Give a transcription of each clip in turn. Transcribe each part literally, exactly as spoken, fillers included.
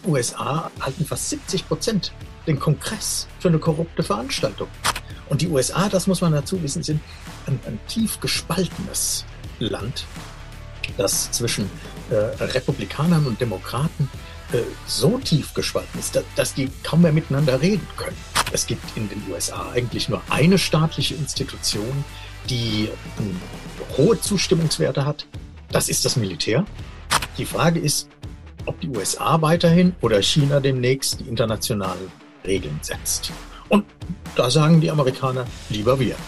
U S A halten fast siebzig Prozent den Kongress für eine korrupte Veranstaltung. Und die U S A, das muss man dazu wissen, sind ein, ein tief gespaltenes Land, das zwischen äh, Republikanern und Demokraten äh, so tief gespalten ist, dass, dass die kaum mehr miteinander reden können. Es gibt in den U S A eigentlich nur eine staatliche Institution, die äh, hohe Zustimmungswerte hat. Das ist das Militär. Die Frage ist, ob die U S A weiterhin oder China demnächst die internationalen Regeln setzt. Und da sagen die Amerikaner lieber wir.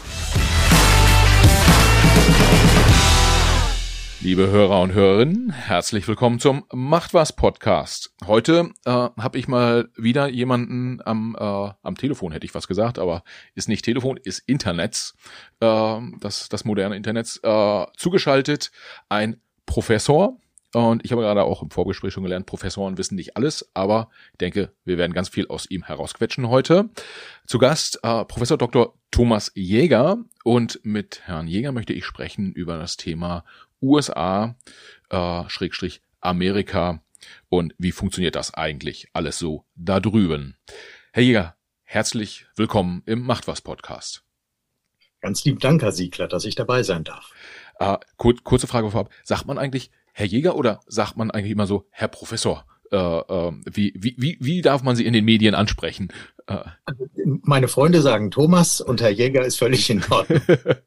Liebe Hörer und Hörerinnen, herzlich willkommen zum Macht was Podcast. Heute äh, habe ich mal wieder jemanden am äh, am Telefon, hätte ich was gesagt, aber ist nicht Telefon, ist Internets, äh, das das moderne Internets, äh, zugeschaltet, ein Professor. Und ich habe gerade auch im Vorgespräch schon gelernt, Professoren wissen nicht alles, aber ich denke, wir werden ganz viel aus ihm herausquetschen heute. Zu Gast äh, Professor Doktor Thomas Jäger, und mit Herrn Jäger möchte ich sprechen über das Thema U S A, äh, Schrägstrich Amerika, und wie funktioniert das eigentlich alles so da drüben. Herr Jäger, herzlich willkommen im Macht was Podcast. Ganz lieben Dank, Herr Siegler, dass ich dabei sein darf. Äh, kur- kurze Frage vorab, sagt man eigentlich Herr Jäger oder sagt man eigentlich immer so Herr Professor? Äh, äh, wie, wie, wie, wie darf man Sie in den Medien ansprechen? Äh. Meine Freunde sagen Thomas und Herr Jäger ist völlig in Ordnung.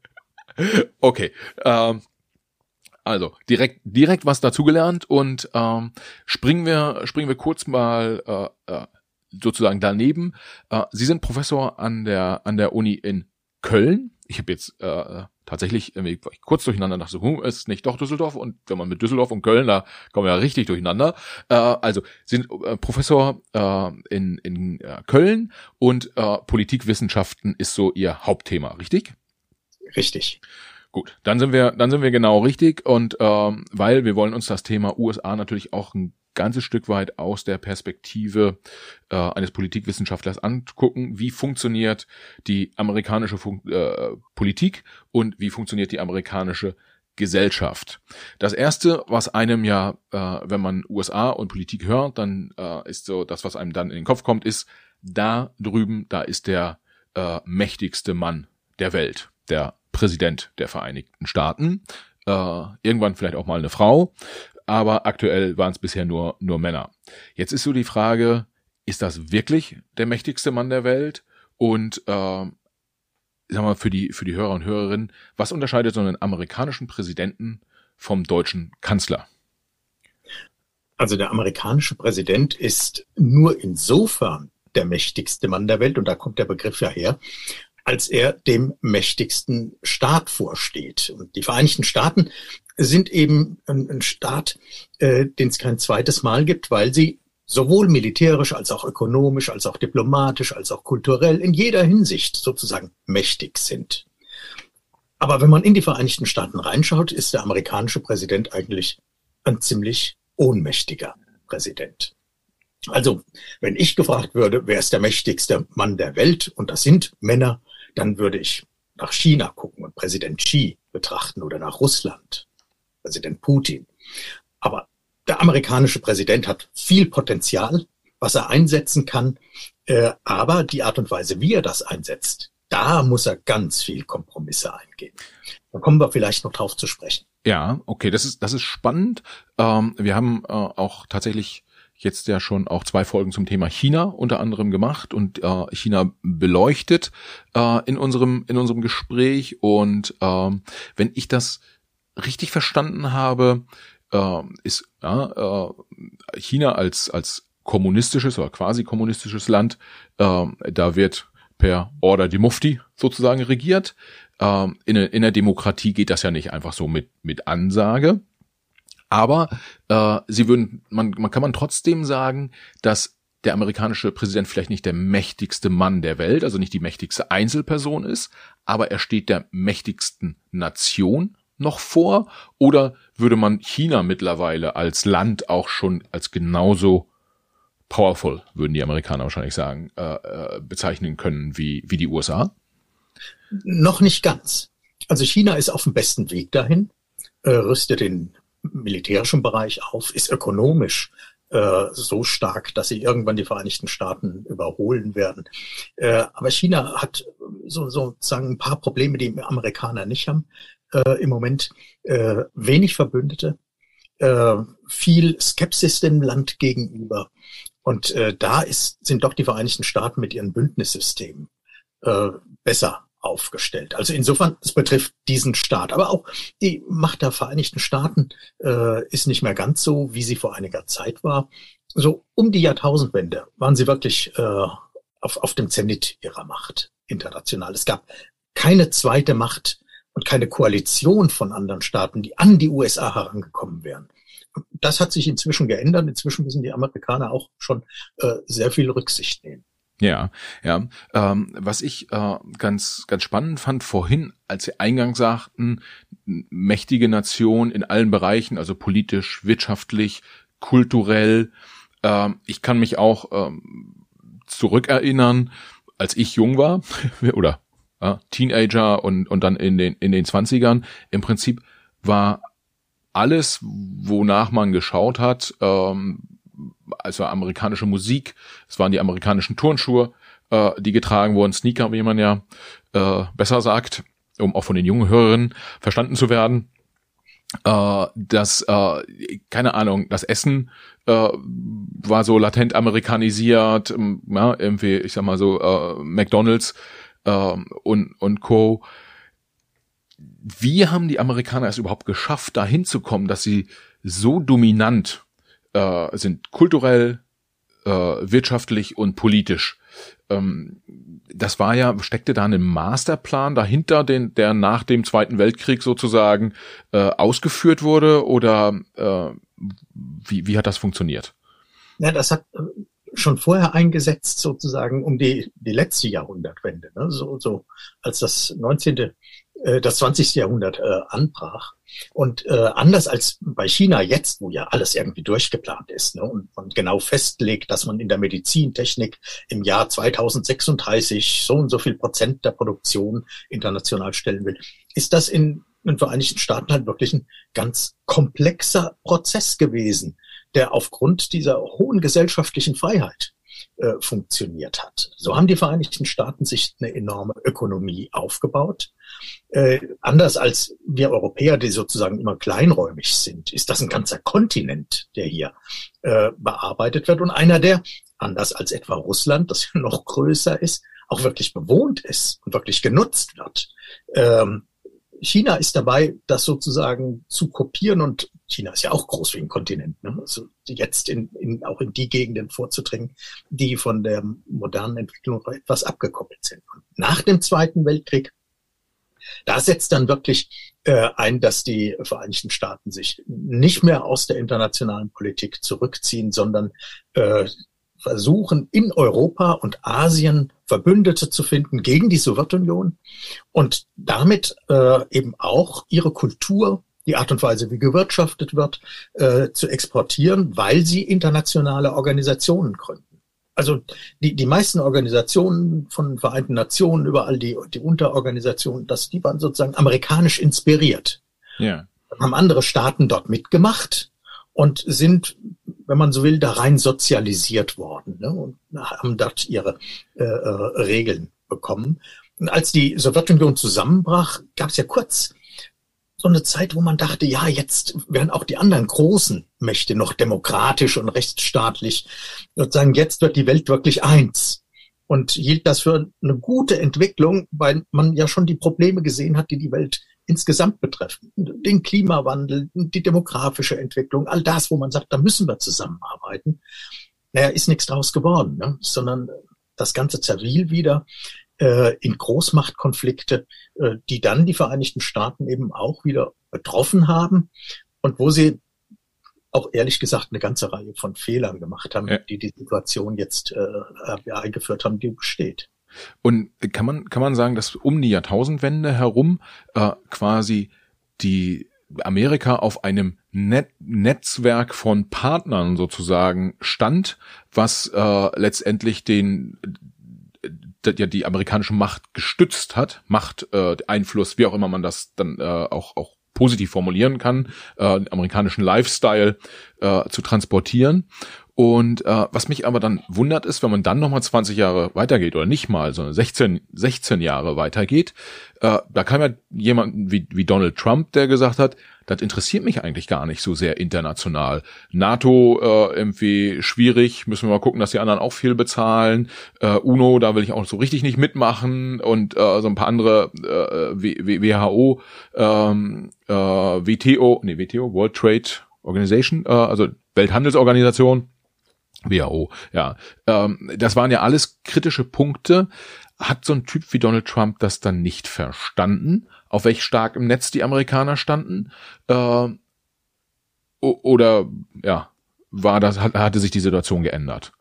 Okay, ähm, also direkt direkt was dazugelernt, und ähm, springen wir springen wir kurz mal äh, äh, sozusagen daneben. Äh, Sie sind Professor an der an der Uni in Köln. Ich habe jetzt äh, tatsächlich irgendwie kurz durcheinander dachte, hm, ist nicht doch Düsseldorf, und wenn man mit Düsseldorf und Köln, da kommen wir ja richtig durcheinander. Äh, also sind äh, Professor äh, in in äh, Köln, und äh, Politikwissenschaften ist so Ihr Hauptthema, richtig? Richtig. Gut, dann sind wir, dann sind wir genau richtig, und ähm, weil wir wollen uns das Thema U S A natürlich auch ein ganzes Stück weit aus der Perspektive äh, eines Politikwissenschaftlers angucken. Wie funktioniert die amerikanische Fun- äh, Politik und wie funktioniert die amerikanische Gesellschaft? Das erste, was einem ja, äh, wenn man U S A und Politik hört, dann äh, ist so das, was einem dann in den Kopf kommt, ist, da drüben, da ist der äh, mächtigste Mann der Welt, der Präsident der Vereinigten Staaten, äh, irgendwann vielleicht auch mal eine Frau, aber aktuell waren es bisher nur nur Männer. Jetzt ist so die Frage, ist das wirklich der mächtigste Mann der Welt? Und äh, sagen wir mal für die für die Hörer und Hörerinnen, was unterscheidet so einen amerikanischen Präsidenten vom deutschen Kanzler? Also der amerikanische Präsident ist nur insofern der mächtigste Mann der Welt, und da kommt der Begriff ja her, als er dem mächtigsten Staat vorsteht. Und die Vereinigten Staaten sind eben ein, ein Staat, äh, den es kein zweites Mal gibt, weil sie sowohl militärisch als auch ökonomisch, als auch diplomatisch, als auch kulturell in jeder Hinsicht sozusagen mächtig sind. Aber wenn man in die Vereinigten Staaten reinschaut, ist der amerikanische Präsident eigentlich ein ziemlich ohnmächtiger Präsident. Also, wenn ich gefragt würde, wer ist der mächtigste Mann der Welt, und das sind Männer, dann würde ich nach China gucken und Präsident Xi betrachten oder nach Russland, Präsident Putin. Aber der amerikanische Präsident hat viel Potenzial, was er einsetzen kann, äh, aber die Art und Weise, wie er das einsetzt, da muss er ganz viel Kompromisse eingehen. Da kommen wir vielleicht noch drauf zu sprechen. Ja, okay, das ist das ist spannend. Ähm, wir haben äh, auch tatsächlich jetzt ja schon auch zwei Folgen zum Thema China unter anderem gemacht und äh, China beleuchtet äh, in unserem in unserem Gespräch. Und ähm, wenn ich das richtig verstanden habe, äh, ist ja, äh, China als als kommunistisches oder quasi kommunistisches Land, äh, da wird per Order di Mufti sozusagen regiert. Äh, in, in der Demokratie geht das ja nicht einfach so mit mit Ansage. Aber äh, sie würden, man, man kann man trotzdem sagen, dass der amerikanische Präsident vielleicht nicht der mächtigste Mann der Welt, also nicht die mächtigste Einzelperson ist, aber er steht der mächtigsten Nation noch vor. Oder würde man China mittlerweile als Land auch schon als genauso powerful, würden die Amerikaner wahrscheinlich sagen, äh, äh, bezeichnen können wie wie die U S A? Noch nicht ganz. Also China ist auf dem besten Weg dahin, äh, rüstet den militärischen Bereich auf, ist ökonomisch äh, so stark, dass sie irgendwann die Vereinigten Staaten überholen werden. Äh, aber China hat so, sozusagen ein paar Probleme, die Amerikaner nicht haben. Äh, im Moment äh, wenig Verbündete, äh, viel Skepsis dem Land gegenüber. Und äh, da ist, sind doch die Vereinigten Staaten mit ihren Bündnissystemen äh, besser aufgestellt. Also insofern, es betrifft diesen Staat. Aber auch die Macht der Vereinigten Staaten äh, ist nicht mehr ganz so, wie sie vor einiger Zeit war. So um die Jahrtausendwende waren sie wirklich äh, auf, auf dem Zenit ihrer Macht international. Es gab keine zweite Macht und keine Koalition von anderen Staaten, die an die U S A herangekommen wären. Das hat sich inzwischen geändert. Inzwischen müssen die Amerikaner auch schon äh, sehr viel Rücksicht nehmen. Ja, ja. Ähm, was ich äh, ganz, ganz spannend fand vorhin, als Sie eingangs sagten, mächtige Nation in allen Bereichen, also politisch, wirtschaftlich, kulturell. Ähm, ich kann mich auch ähm, zurückerinnern, als ich jung war oder äh, Teenager und und dann in den in den Zwanzigern. Im Prinzip war alles, wonach man geschaut hat, ähm, also amerikanische Musik, es waren die amerikanischen Turnschuhe, äh, die getragen wurden, Sneaker, wie man ja äh, besser sagt, um auch von den jungen Hörerinnen verstanden zu werden. Äh, das, äh, keine Ahnung, das Essen äh, war so latent amerikanisiert, ähm, ja, irgendwie, ich sag mal so, äh, McDonald's äh, und, und Co. Wie haben die Amerikaner es überhaupt geschafft, da hinzukommen, dass sie so dominant äh, sind, kulturell, äh, wirtschaftlich und politisch? Ähm, das war ja, steckte da ein Masterplan dahinter, den, der nach dem Zweiten Weltkrieg sozusagen äh, ausgeführt wurde, oder äh, wie, wie hat das funktioniert? Ja, das hat schon vorher eingesetzt, sozusagen um die, die letzte Jahrhundertwende, ne? so, so als das neunzehnte das zwanzigste Jahrhundert äh, anbrach. Und äh, anders als bei China jetzt, wo ja alles irgendwie durchgeplant ist, ne, und man genau festlegt, dass man in der Medizintechnik im Jahr zweitausendsechsunddreißig so und so viel Prozent der Produktion international stellen will, ist das in den Vereinigten Staaten halt wirklich ein ganz komplexer Prozess gewesen, der aufgrund dieser hohen gesellschaftlichen Freiheit äh, funktioniert hat. So haben die Vereinigten Staaten sich eine enorme Ökonomie aufgebaut. Äh, anders als wir Europäer, die sozusagen immer kleinräumig sind, ist das ein ganzer Kontinent, der hier äh, bearbeitet wird, und einer, der, anders als etwa Russland, das ja noch größer ist, auch wirklich bewohnt ist und wirklich genutzt wird. Ähm, China ist dabei, das sozusagen zu kopieren, und China ist ja auch groß wie ein Kontinent, ne? Also jetzt in, in, auch in die Gegenden vorzudringen, die von der modernen Entwicklung noch etwas abgekoppelt sind. Und nach dem Zweiten Weltkrieg, da setzt dann wirklich äh, ein, dass die Vereinigten Staaten sich nicht mehr aus der internationalen Politik zurückziehen, sondern äh, versuchen, in Europa und Asien Verbündete zu finden gegen die Sowjetunion und damit äh, eben auch ihre Kultur, die Art und Weise, wie gewirtschaftet wird, äh, zu exportieren, weil sie internationale Organisationen gründen. Also die die meisten Organisationen von Vereinten Nationen, überall die die Unterorganisationen, das die waren sozusagen amerikanisch inspiriert. Ja. Haben andere Staaten dort mitgemacht und sind, wenn man so will, da rein sozialisiert worden, ne, und haben dort ihre äh, Regeln bekommen. Und als die Sowjetunion zusammenbrach, gab es ja kurz so eine Zeit, wo man dachte, ja, jetzt werden auch die anderen großen Mächte noch demokratisch und rechtsstaatlich, sozusagen, jetzt wird die Welt wirklich eins. Und hielt das für eine gute Entwicklung, weil man ja schon die Probleme gesehen hat, die die Welt insgesamt betreffen. Den Klimawandel, die demografische Entwicklung, all das, wo man sagt, da müssen wir zusammenarbeiten. Naja, ist nichts draus geworden, ne? Sondern das Ganze zerfiel wieder äh, in Großmachtkonflikte, äh, die dann die Vereinigten Staaten eben auch wieder betroffen haben und wo sie auch ehrlich gesagt eine ganze Reihe von Fehlern gemacht haben, ja, die die Situation jetzt äh, eingeführt haben, die besteht. Und kann man kann man sagen, dass um die Jahrtausendwende herum äh, quasi die Amerika auf einem Net- Netzwerk von Partnern sozusagen stand, was äh, letztendlich den ja die amerikanische Macht gestützt hat, Macht, äh, Einfluss, wie auch immer man das dann äh, auch auch positiv formulieren kann, äh, den amerikanischen Lifestyle äh, zu transportieren. Und äh, was mich aber dann wundert ist, wenn man dann nochmal zwanzig Jahre weitergeht oder nicht mal, sondern sechzehn, sechzehn Jahre weitergeht, äh, da kam ja jemand wie, wie Donald Trump, der gesagt hat, das interessiert mich eigentlich gar nicht so sehr international. NATO äh, irgendwie schwierig, müssen wir mal gucken, dass die anderen auch viel bezahlen. Äh, UNO, da will ich auch so richtig nicht mitmachen und äh, so ein paar andere äh, W H O, ähm, äh, W T O, nee W T O, World Trade Organization, äh, also Welthandelsorganisation. W H O, ja. Ähm, das waren ja alles kritische Punkte. Hat so ein Typ wie Donald Trump das dann nicht verstanden, auf welch stark im Netz die Amerikaner standen? Äh, oder, ja, war das, hat, hatte sich die Situation geändert?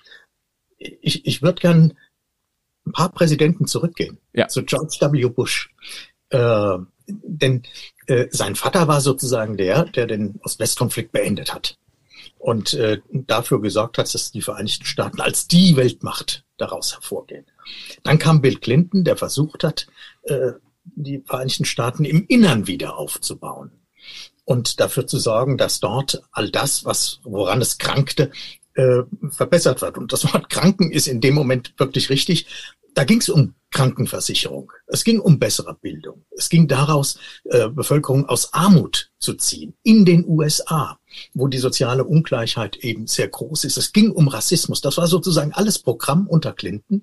Ich, ich würde gern ein paar Präsidenten zurückgehen. Ja. Zu George W. Bush. Äh, denn äh, sein Vater war sozusagen der, der den Ost-West-Konflikt beendet hat. Und äh, dafür gesorgt hat, dass die Vereinigten Staaten als die Weltmacht daraus hervorgehen. Dann kam Bill Clinton, der versucht hat, äh, die Vereinigten Staaten im Innern wieder aufzubauen und dafür zu sorgen, dass dort all das, was woran es krankte, äh, verbessert wird. Und das Wort Kranken ist in dem Moment wirklich richtig. Da ging es um Krankenversicherung. Es ging um bessere Bildung. Es ging daraus, äh, Bevölkerung aus Armut zu ziehen in den U S A, wo die soziale Ungleichheit eben sehr groß ist. Es ging um Rassismus. Das war sozusagen alles Programm unter Clinton.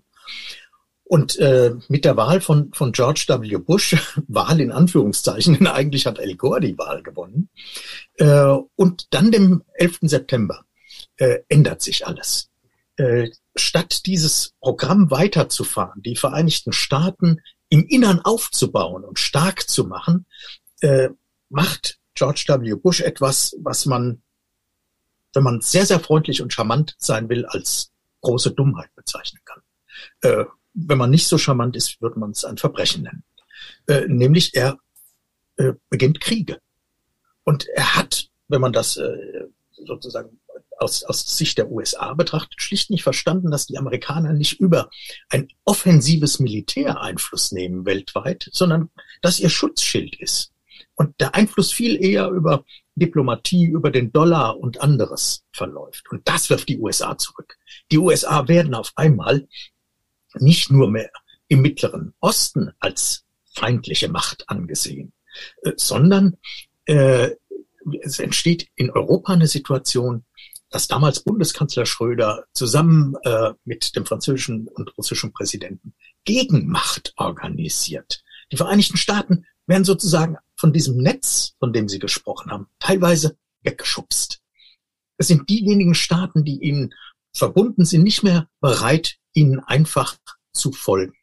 Und äh, mit der Wahl von von George W. Bush, Wahl in Anführungszeichen, denn eigentlich hat Al Gore die Wahl gewonnen, äh, und dann dem elften September äh, ändert sich alles. Äh, statt dieses Programm weiterzufahren, die Vereinigten Staaten im Innern aufzubauen und stark zu machen, äh, macht George W. Bush etwas, was man, wenn man sehr, sehr freundlich und charmant sein will, als große Dummheit bezeichnen kann. Äh, wenn man nicht so charmant ist, würde man es ein Verbrechen nennen. Äh, nämlich er äh, beginnt Kriege. Und er hat, wenn man das äh, sozusagen aus, aus Sicht der U S A betrachtet, schlicht nicht verstanden, dass die Amerikaner nicht über ein offensives Militär Einfluss nehmen weltweit, sondern dass ihr Schutzschild ist. Und der Einfluss viel eher über Diplomatie, über den Dollar und anderes verläuft. Und das wirft die U S A zurück. Die U S A werden auf einmal nicht nur mehr im Mittleren Osten als feindliche Macht angesehen, äh, sondern äh, es entsteht in Europa eine Situation, dass damals Bundeskanzler Schröder zusammen äh, mit dem französischen und russischen Präsidenten Gegenmacht organisiert. Die Vereinigten Staaten werden sozusagen von diesem Netz, von dem Sie gesprochen haben, teilweise weggeschubst. Es sind diejenigen Staaten, die ihnen verbunden sind, nicht mehr bereit, ihnen einfach zu folgen.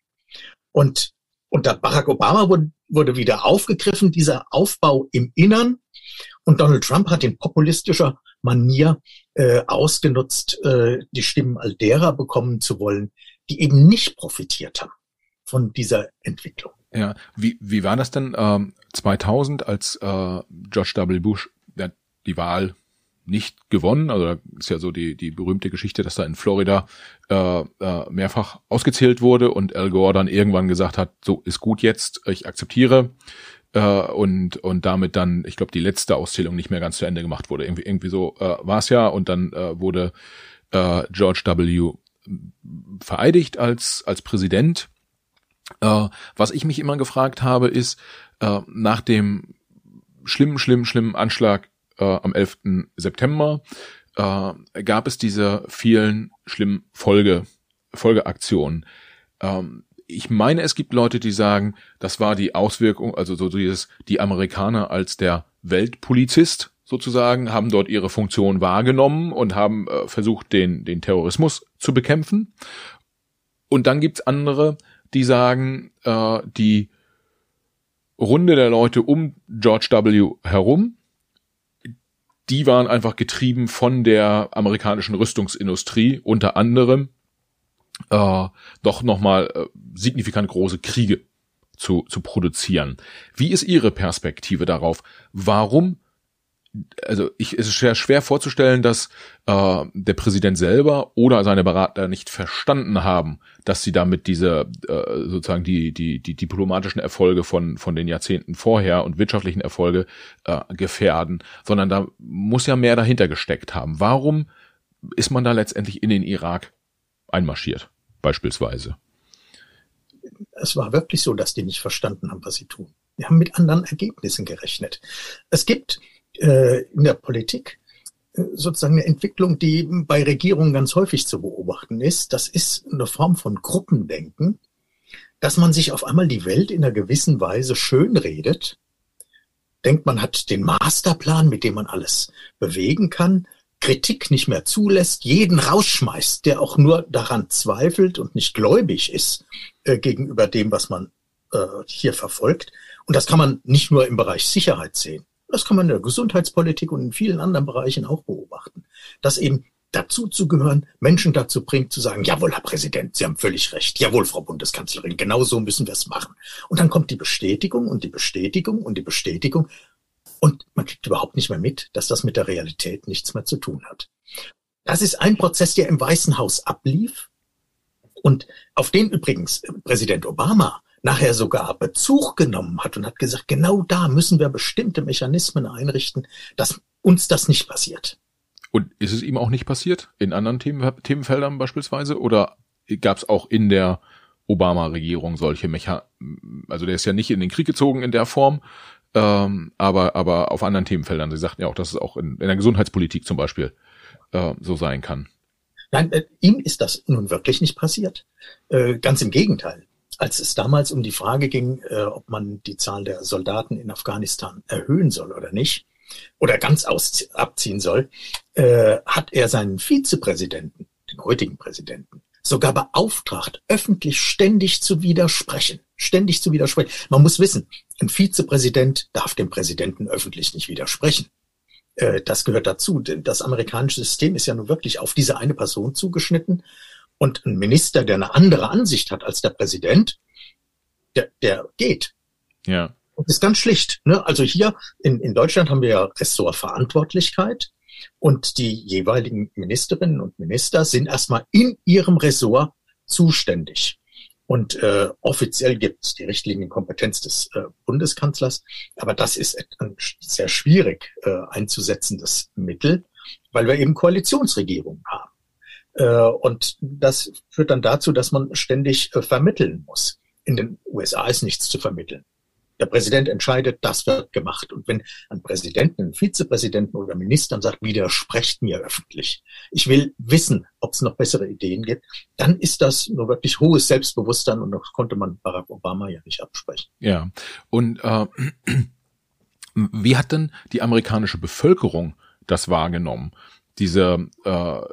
Und unter Barack Obama wurde, wurde wieder aufgegriffen, dieser Aufbau im Innern. Und Donald Trump hat in populistischer Manier äh, ausgenutzt, äh, die Stimmen all derer bekommen zu wollen, die eben nicht profitiert haben von dieser Entwicklung. Ja, wie wie war das denn ähm, zweitausend, als äh, George W. Bush der, die Wahl nicht gewonnen? Also da ist ja so die die berühmte Geschichte, dass da in Florida äh, äh, mehrfach ausgezählt wurde und Al Gore dann irgendwann gesagt hat, so ist gut jetzt, ich akzeptiere. Äh, und und damit dann, ich glaube, die letzte Auszählung nicht mehr ganz zu Ende gemacht wurde. Irgendwie irgendwie so äh, war es ja. Und dann äh, wurde äh, George W. vereidigt als als Präsident. Äh, was ich mich immer gefragt habe, ist, äh, nach dem schlimmen, schlimmen, schlimmen Anschlag äh, am elften September äh, gab es diese vielen schlimmen Folge, Folgeaktionen. Ähm, ich meine, es gibt Leute, die sagen, das war die Auswirkung, also so dieses, die Amerikaner als der Weltpolizist sozusagen, haben dort ihre Funktion wahrgenommen und haben äh, versucht, den, den Terrorismus zu bekämpfen. Und dann gibt's andere, die sagen, äh, die Runde der Leute um George W. herum, die waren einfach getrieben von der amerikanischen Rüstungsindustrie, unter anderem äh, doch nochmal äh, signifikant große Kriege zu, zu produzieren. Wie ist Ihre Perspektive darauf? Warum? Also ich, es ist schwer, schwer vorzustellen, dass äh, der Präsident selber oder seine Berater nicht verstanden haben, dass sie damit diese äh, sozusagen die die die diplomatischen Erfolge von von den Jahrzehnten vorher und wirtschaftlichen Erfolge äh, gefährden, sondern da muss ja mehr dahinter gesteckt haben. Warum ist man da letztendlich in den Irak einmarschiert, beispielsweise? Es war wirklich so, dass die nicht verstanden haben, was sie tun. Die haben mit anderen Ergebnissen gerechnet. Es gibt äh, in der Politik äh, sozusagen eine Entwicklung, die bei Regierungen ganz häufig zu beobachten ist. Das ist eine Form von Gruppendenken, dass man sich auf einmal die Welt in einer gewissen Weise schönredet, denkt, man hat den Masterplan, mit dem man alles bewegen kann, Kritik nicht mehr zulässt, jeden rausschmeißt, der auch nur daran zweifelt und nicht gläubig ist äh, gegenüber dem, was man äh, hier verfolgt. Und das kann man nicht nur im Bereich Sicherheit sehen. Das kann man in der Gesundheitspolitik und in vielen anderen Bereichen auch beobachten. Dass eben dazu zu gehören, Menschen dazu bringt, zu sagen, jawohl, Herr Präsident, Sie haben völlig recht. Jawohl, Frau Bundeskanzlerin, genau so müssen wir es machen. Und dann kommt die Bestätigung und die Bestätigung und die Bestätigung. Und man kriegt überhaupt nicht mehr mit, dass das mit der Realität nichts mehr zu tun hat. Das ist ein Prozess, der im Weißen Haus ablief und auf den übrigens Präsident Obama nachher sogar Bezug genommen hat und hat gesagt, genau da müssen wir bestimmte Mechanismen einrichten, dass uns das nicht passiert. Und ist es ihm auch nicht passiert? In anderen Themen, Themenfeldern beispielsweise? Oder gab es auch in der Obama-Regierung solche Mechanismen? Also der ist ja nicht in den Krieg gezogen in der Form, ähm, aber aber auf anderen Themenfeldern. Sie sagten ja auch, dass es auch in, in der Gesundheitspolitik zum Beispiel äh, so sein kann. Nein, äh, ihm ist das nun wirklich nicht passiert. Äh, ganz im Gegenteil. Als es damals um die Frage ging, äh, ob man die Zahl der Soldaten in Afghanistan erhöhen soll oder nicht, oder ganz aus, abziehen soll, äh, hat er seinen Vizepräsidenten, den heutigen Präsidenten, sogar beauftragt, öffentlich ständig zu widersprechen. Ständig zu widersprechen. Man muss wissen, ein Vizepräsident darf dem Präsidenten öffentlich nicht widersprechen. Äh, das gehört dazu. Denn das amerikanische System ist ja nun wirklich auf diese eine Person zugeschnitten. Und ein Minister, der eine andere Ansicht hat als der Präsident, der, der geht. Ja. Das ist ganz schlicht. Ne? Also hier in, in Deutschland haben wir ja Ressortverantwortlichkeit und die jeweiligen Ministerinnen und Minister sind erstmal in ihrem Ressort zuständig. Und äh, offiziell gibt es die Richtlinienkompetenz des äh, Bundeskanzlers, aber das ist ein sehr schwierig äh, einzusetzendes Mittel, weil wir eben Koalitionsregierungen haben. Äh, und das führt dann dazu, dass man ständig äh, vermitteln muss. In den U S A ist nichts zu vermitteln. Der Präsident entscheidet, das wird gemacht. Und wenn ein Präsident, ein Vizepräsidenten oder Ministern sagt, widersprecht mir öffentlich, ich will wissen, ob es noch bessere Ideen gibt, dann ist das nur wirklich hohes Selbstbewusstsein und das konnte man Barack Obama ja nicht absprechen. Ja, und äh, wie hat denn die amerikanische Bevölkerung das wahrgenommen? Diese äh,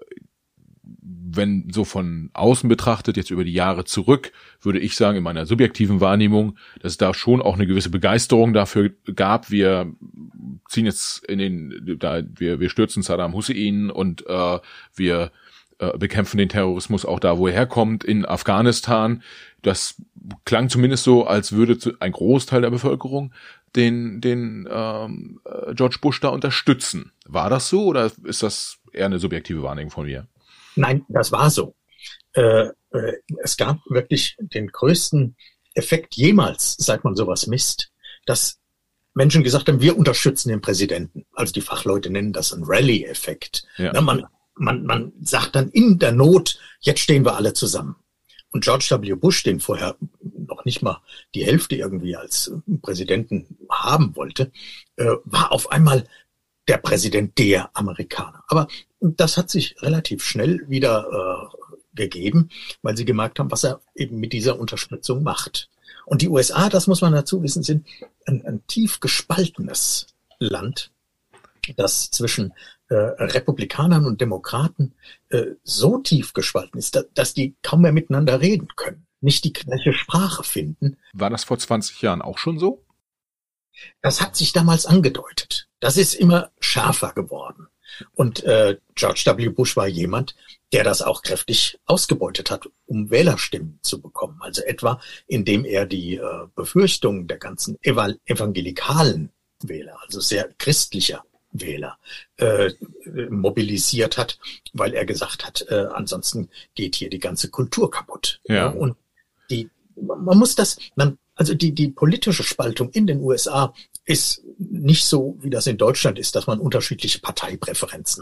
wenn so von außen betrachtet, jetzt über die Jahre zurück, würde ich sagen, in meiner subjektiven Wahrnehmung, dass es da schon auch eine gewisse Begeisterung dafür gab. Wir ziehen jetzt in den, da, wir, wir stürzen Saddam Hussein und äh, wir äh, bekämpfen den Terrorismus auch da, wo er herkommt, in Afghanistan. Das klang zumindest so, als würde ein Großteil der Bevölkerung den, den ähm, George Bush da unterstützen. War das so oder ist das eher eine subjektive Wahrnehmung von mir? Nein, das war so. Äh, äh, es gab wirklich den größten Effekt jemals, seit man sowas misst, dass Menschen gesagt haben, wir unterstützen den Präsidenten. Also die Fachleute nennen das einen Rally-Effekt. Ja. Na, man, man, man sagt dann in der Not, jetzt stehen wir alle zusammen. Und George W. Bush, den vorher noch nicht mal die Hälfte irgendwie als Präsidenten haben wollte, äh, war auf einmal der Präsident der Amerikaner. Aber das hat sich relativ schnell wieder äh, gegeben, weil sie gemerkt haben, was er eben mit dieser Unterstützung macht. Und die U S A, das muss man dazu wissen, sind ein, ein tief gespaltenes Land, das zwischen äh, Republikanern und Demokraten äh, so tief gespalten ist, dass, dass die kaum mehr miteinander reden können, nicht die gleiche Sprache finden. War das vor zwanzig Jahren auch schon so? Das hat sich damals angedeutet. Das ist immer schärfer geworden. Und äh, George W. Bush war jemand, der das auch kräftig ausgebeutet hat, um Wählerstimmen zu bekommen. Also etwa, indem er die äh, Befürchtungen der ganzen ev- evangelikalen Wähler, also sehr christlicher Wähler, äh, mobilisiert hat, weil er gesagt hat, äh, ansonsten geht hier die ganze Kultur kaputt. Ja. Und die, man muss das, man Also die, die politische Spaltung in den U S A ist nicht so, wie das in Deutschland ist, dass man unterschiedliche Parteipräferenzen hat.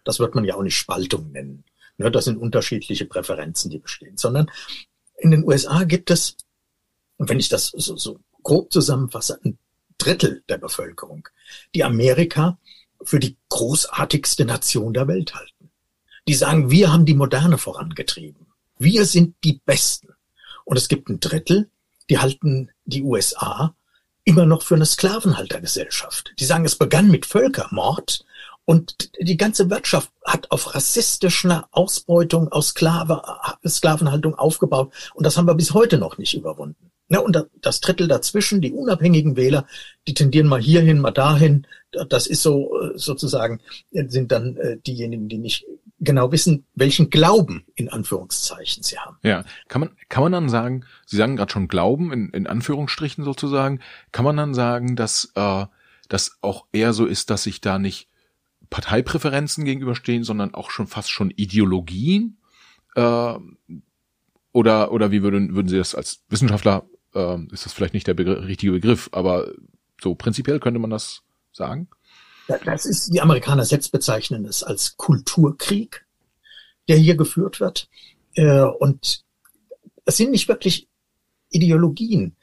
Das wird man ja auch nicht Spaltung nennen. Ne, das sind unterschiedliche Präferenzen, die bestehen. Sondern in den U S A gibt es, und wenn ich das so, so grob zusammenfasse, ein Drittel der Bevölkerung, die Amerika für die großartigste Nation der Welt halten. Die sagen, wir haben die Moderne vorangetrieben. Wir sind die Besten. Und es gibt ein Drittel, die halten die U S A immer noch für eine Sklavenhaltergesellschaft. Die sagen, es begann mit Völkermord und die ganze Wirtschaft hat auf rassistischer Ausbeutung, aus Sklave, Sklavenhaltung aufgebaut. Und das haben wir bis heute noch nicht überwunden. Ja, und das Drittel dazwischen, die unabhängigen Wähler, die tendieren mal hierhin, mal dahin. Das ist so sozusagen, sind dann diejenigen, die nicht genau wissen, welchen Glauben in Anführungszeichen sie haben. Ja, kann man kann man dann sagen, Sie sagen gerade schon Glauben in, in Anführungsstrichen sozusagen, kann man dann sagen, dass äh, das auch eher so ist, dass sich da nicht Parteipräferenzen gegenüberstehen, sondern auch schon fast schon Ideologien? Äh, oder oder wie würden würden Sie das als Wissenschaftler, äh, ist das vielleicht nicht der Begr- richtige Begriff, aber so prinzipiell könnte man das sagen? Das ist, die Amerikaner selbst bezeichnen es als Kulturkrieg, der hier geführt wird. Und es sind nicht wirklich Ideologien,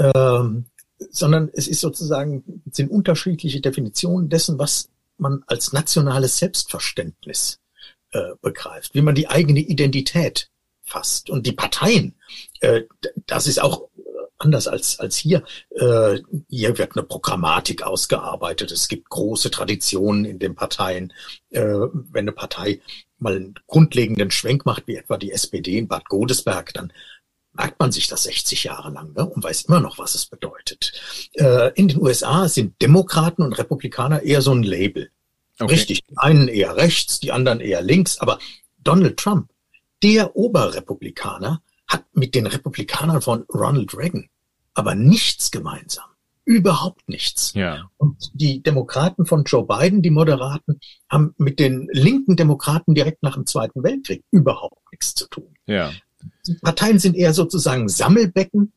sondern es ist sozusagen, es sind unterschiedliche Definitionen dessen, was man als nationales Selbstverständnis begreift, wie man die eigene Identität fasst. Und die Parteien, das ist auch anders als als hier. Äh, hier wird eine Programmatik ausgearbeitet. Es gibt große Traditionen in den Parteien. Äh, wenn eine Partei mal einen grundlegenden Schwenk macht, wie etwa die S P D in Bad Godesberg, dann merkt man sich das sechzig Jahre lang, ne, und weiß immer noch, was es bedeutet. Äh, in den U S A sind Demokraten und Republikaner eher so ein Label. Okay. Richtig, die einen eher rechts, die anderen eher links. Aber Donald Trump, der Oberrepublikaner, hat mit den Republikanern von Ronald Reagan aber nichts gemeinsam. Überhaupt nichts. Ja. Und die Demokraten von Joe Biden, die Moderaten, haben mit den linken Demokraten direkt nach dem Zweiten Weltkrieg überhaupt nichts zu tun. Ja. Die Parteien sind eher sozusagen Sammelbecken.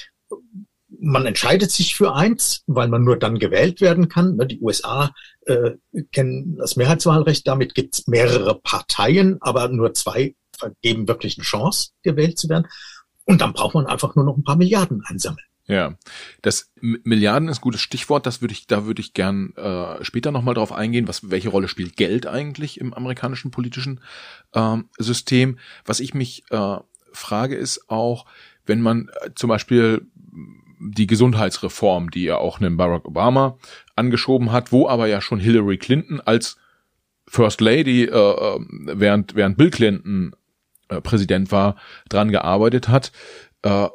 Man entscheidet sich für eins, weil man nur dann gewählt werden kann. Die U S A äh, kennen das Mehrheitswahlrecht. Damit gibt es mehrere Parteien, aber nur zwei vergeben wirklich eine Chance, gewählt zu werden. Und dann braucht man einfach nur noch ein paar Milliarden einsammeln. Ja, das M- Milliarden ist ein gutes Stichwort. Das würde ich, da würde ich gern äh, später nochmal drauf eingehen. Was, welche Rolle spielt Geld eigentlich im amerikanischen politischen ähm, System? Was ich mich äh, frage, ist auch, wenn man äh, zum Beispiel die Gesundheitsreform, die ja auch einen Barack Obama angeschoben hat, wo aber ja schon Hillary Clinton als First Lady, äh, während während Bill Clinton äh, Präsident war, dran gearbeitet hat, äh,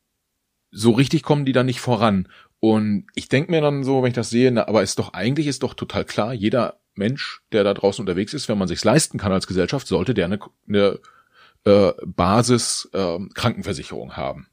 so richtig kommen die da nicht voran. Und ich denke mir dann so, wenn ich das sehe, na, aber ist doch eigentlich ist doch total klar, jeder Mensch, der da draußen unterwegs ist, wenn man sich's leisten kann als Gesellschaft, sollte der eine, eine äh, Basis äh, Krankenversicherung haben.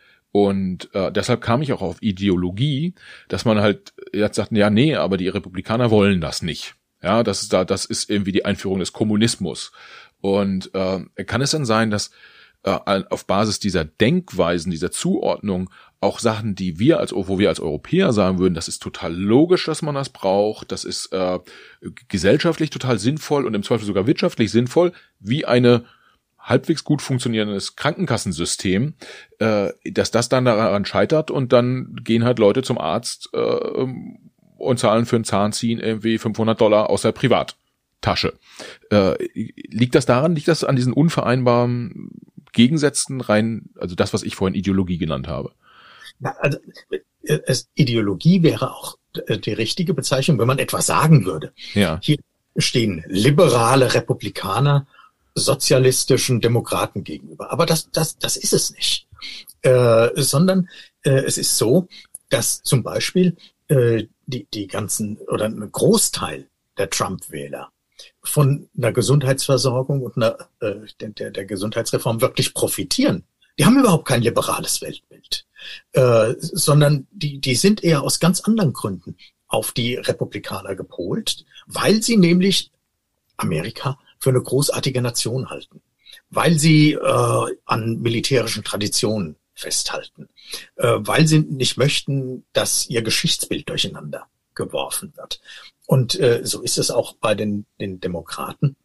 Und äh, deshalb kam ich auch auf Ideologie, dass man halt jetzt sagt, ja, nee, aber die Republikaner wollen das nicht. Ja, das ist da, das ist irgendwie die Einführung des Kommunismus. Und äh, kann es dann sein, dass äh, auf Basis dieser Denkweisen, dieser Zuordnung auch Sachen, die wir als, wo wir als Europäer sagen würden, das ist total logisch, dass man das braucht, das ist äh, gesellschaftlich total sinnvoll und im Zweifel sogar wirtschaftlich sinnvoll, wie eine halbwegs gut funktionierendes Krankenkassensystem, äh, dass das dann daran scheitert und dann gehen halt Leute zum Arzt äh, und zahlen für ein Zahnziehen irgendwie fünfhundert Dollar aus der Privattasche. Äh, liegt das daran, liegt das an diesen unvereinbaren Gegensätzen rein, also das, was ich vorhin Ideologie genannt habe? Ja, also, es, Ideologie wäre auch die richtige Bezeichnung, wenn man etwas sagen würde. Ja. Hier stehen liberale Republikaner sozialistischen Demokraten gegenüber. Aber das, das, das ist es nicht. Äh, sondern äh, es ist so, dass zum Beispiel äh, die, die ganzen oder ein Großteil der Trump-Wähler von einer Gesundheitsversorgung und einer, äh, der, der Gesundheitsreform wirklich profitieren. Die haben überhaupt kein liberales Weltbild, äh, sondern die, die sind eher aus ganz anderen Gründen auf die Republikaner gepolt, weil sie nämlich Amerika für eine großartige Nation halten, weil sie äh, an militärischen Traditionen festhalten, äh, weil sie nicht möchten, dass ihr Geschichtsbild durcheinander geworfen wird. Und äh, so ist es auch bei den, den Demokraten.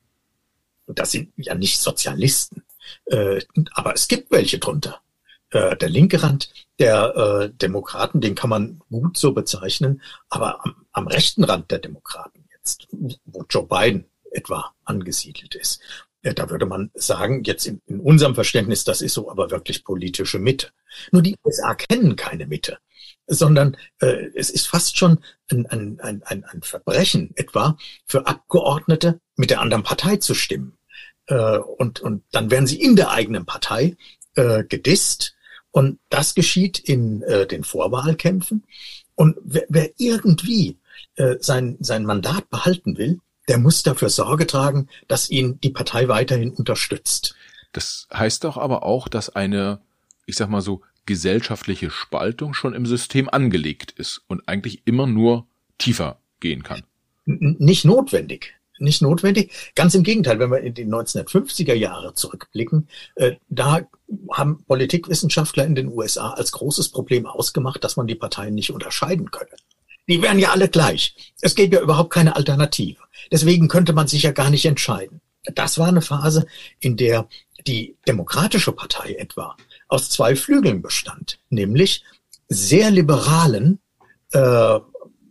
Das sind ja nicht Sozialisten, äh, aber es gibt welche drunter. Äh, der linke Rand der äh, Demokraten, den kann man gut so bezeichnen, aber am, am rechten Rand der Demokraten jetzt, wo Joe Biden etwa angesiedelt ist, äh, da würde man sagen, jetzt in, in unserem Verständnis, das ist so aber wirklich politische Mitte. Nur die U S A kennen keine Mitte, sondern äh, es ist fast schon ein, ein, ein, ein, ein Verbrechen etwa für Abgeordnete mit der anderen Partei zu stimmen. Äh, und, und dann werden sie in der eigenen Partei äh, gedisst. Und das geschieht in äh, den Vorwahlkämpfen. Und wer, wer irgendwie äh, sein, sein Mandat behalten will, der muss dafür Sorge tragen, dass ihn die Partei weiterhin unterstützt. Das heißt doch aber auch, dass eine, ich sag mal so, gesellschaftliche Spaltung schon im System angelegt ist und eigentlich immer nur tiefer gehen kann. N- nicht notwendig. Nicht notwendig. Ganz im Gegenteil, wenn wir in die neunzehnhundertfünfziger Jahre zurückblicken, äh, da haben Politikwissenschaftler in den U S A als großes Problem ausgemacht, dass man die Parteien nicht unterscheiden könne. Die wären ja alle gleich. Es gäbe ja überhaupt keine Alternative. Deswegen könnte man sich ja gar nicht entscheiden. Das war eine Phase, in der die Demokratische Partei etwa aus zwei Flügeln bestand, nämlich sehr liberalen äh,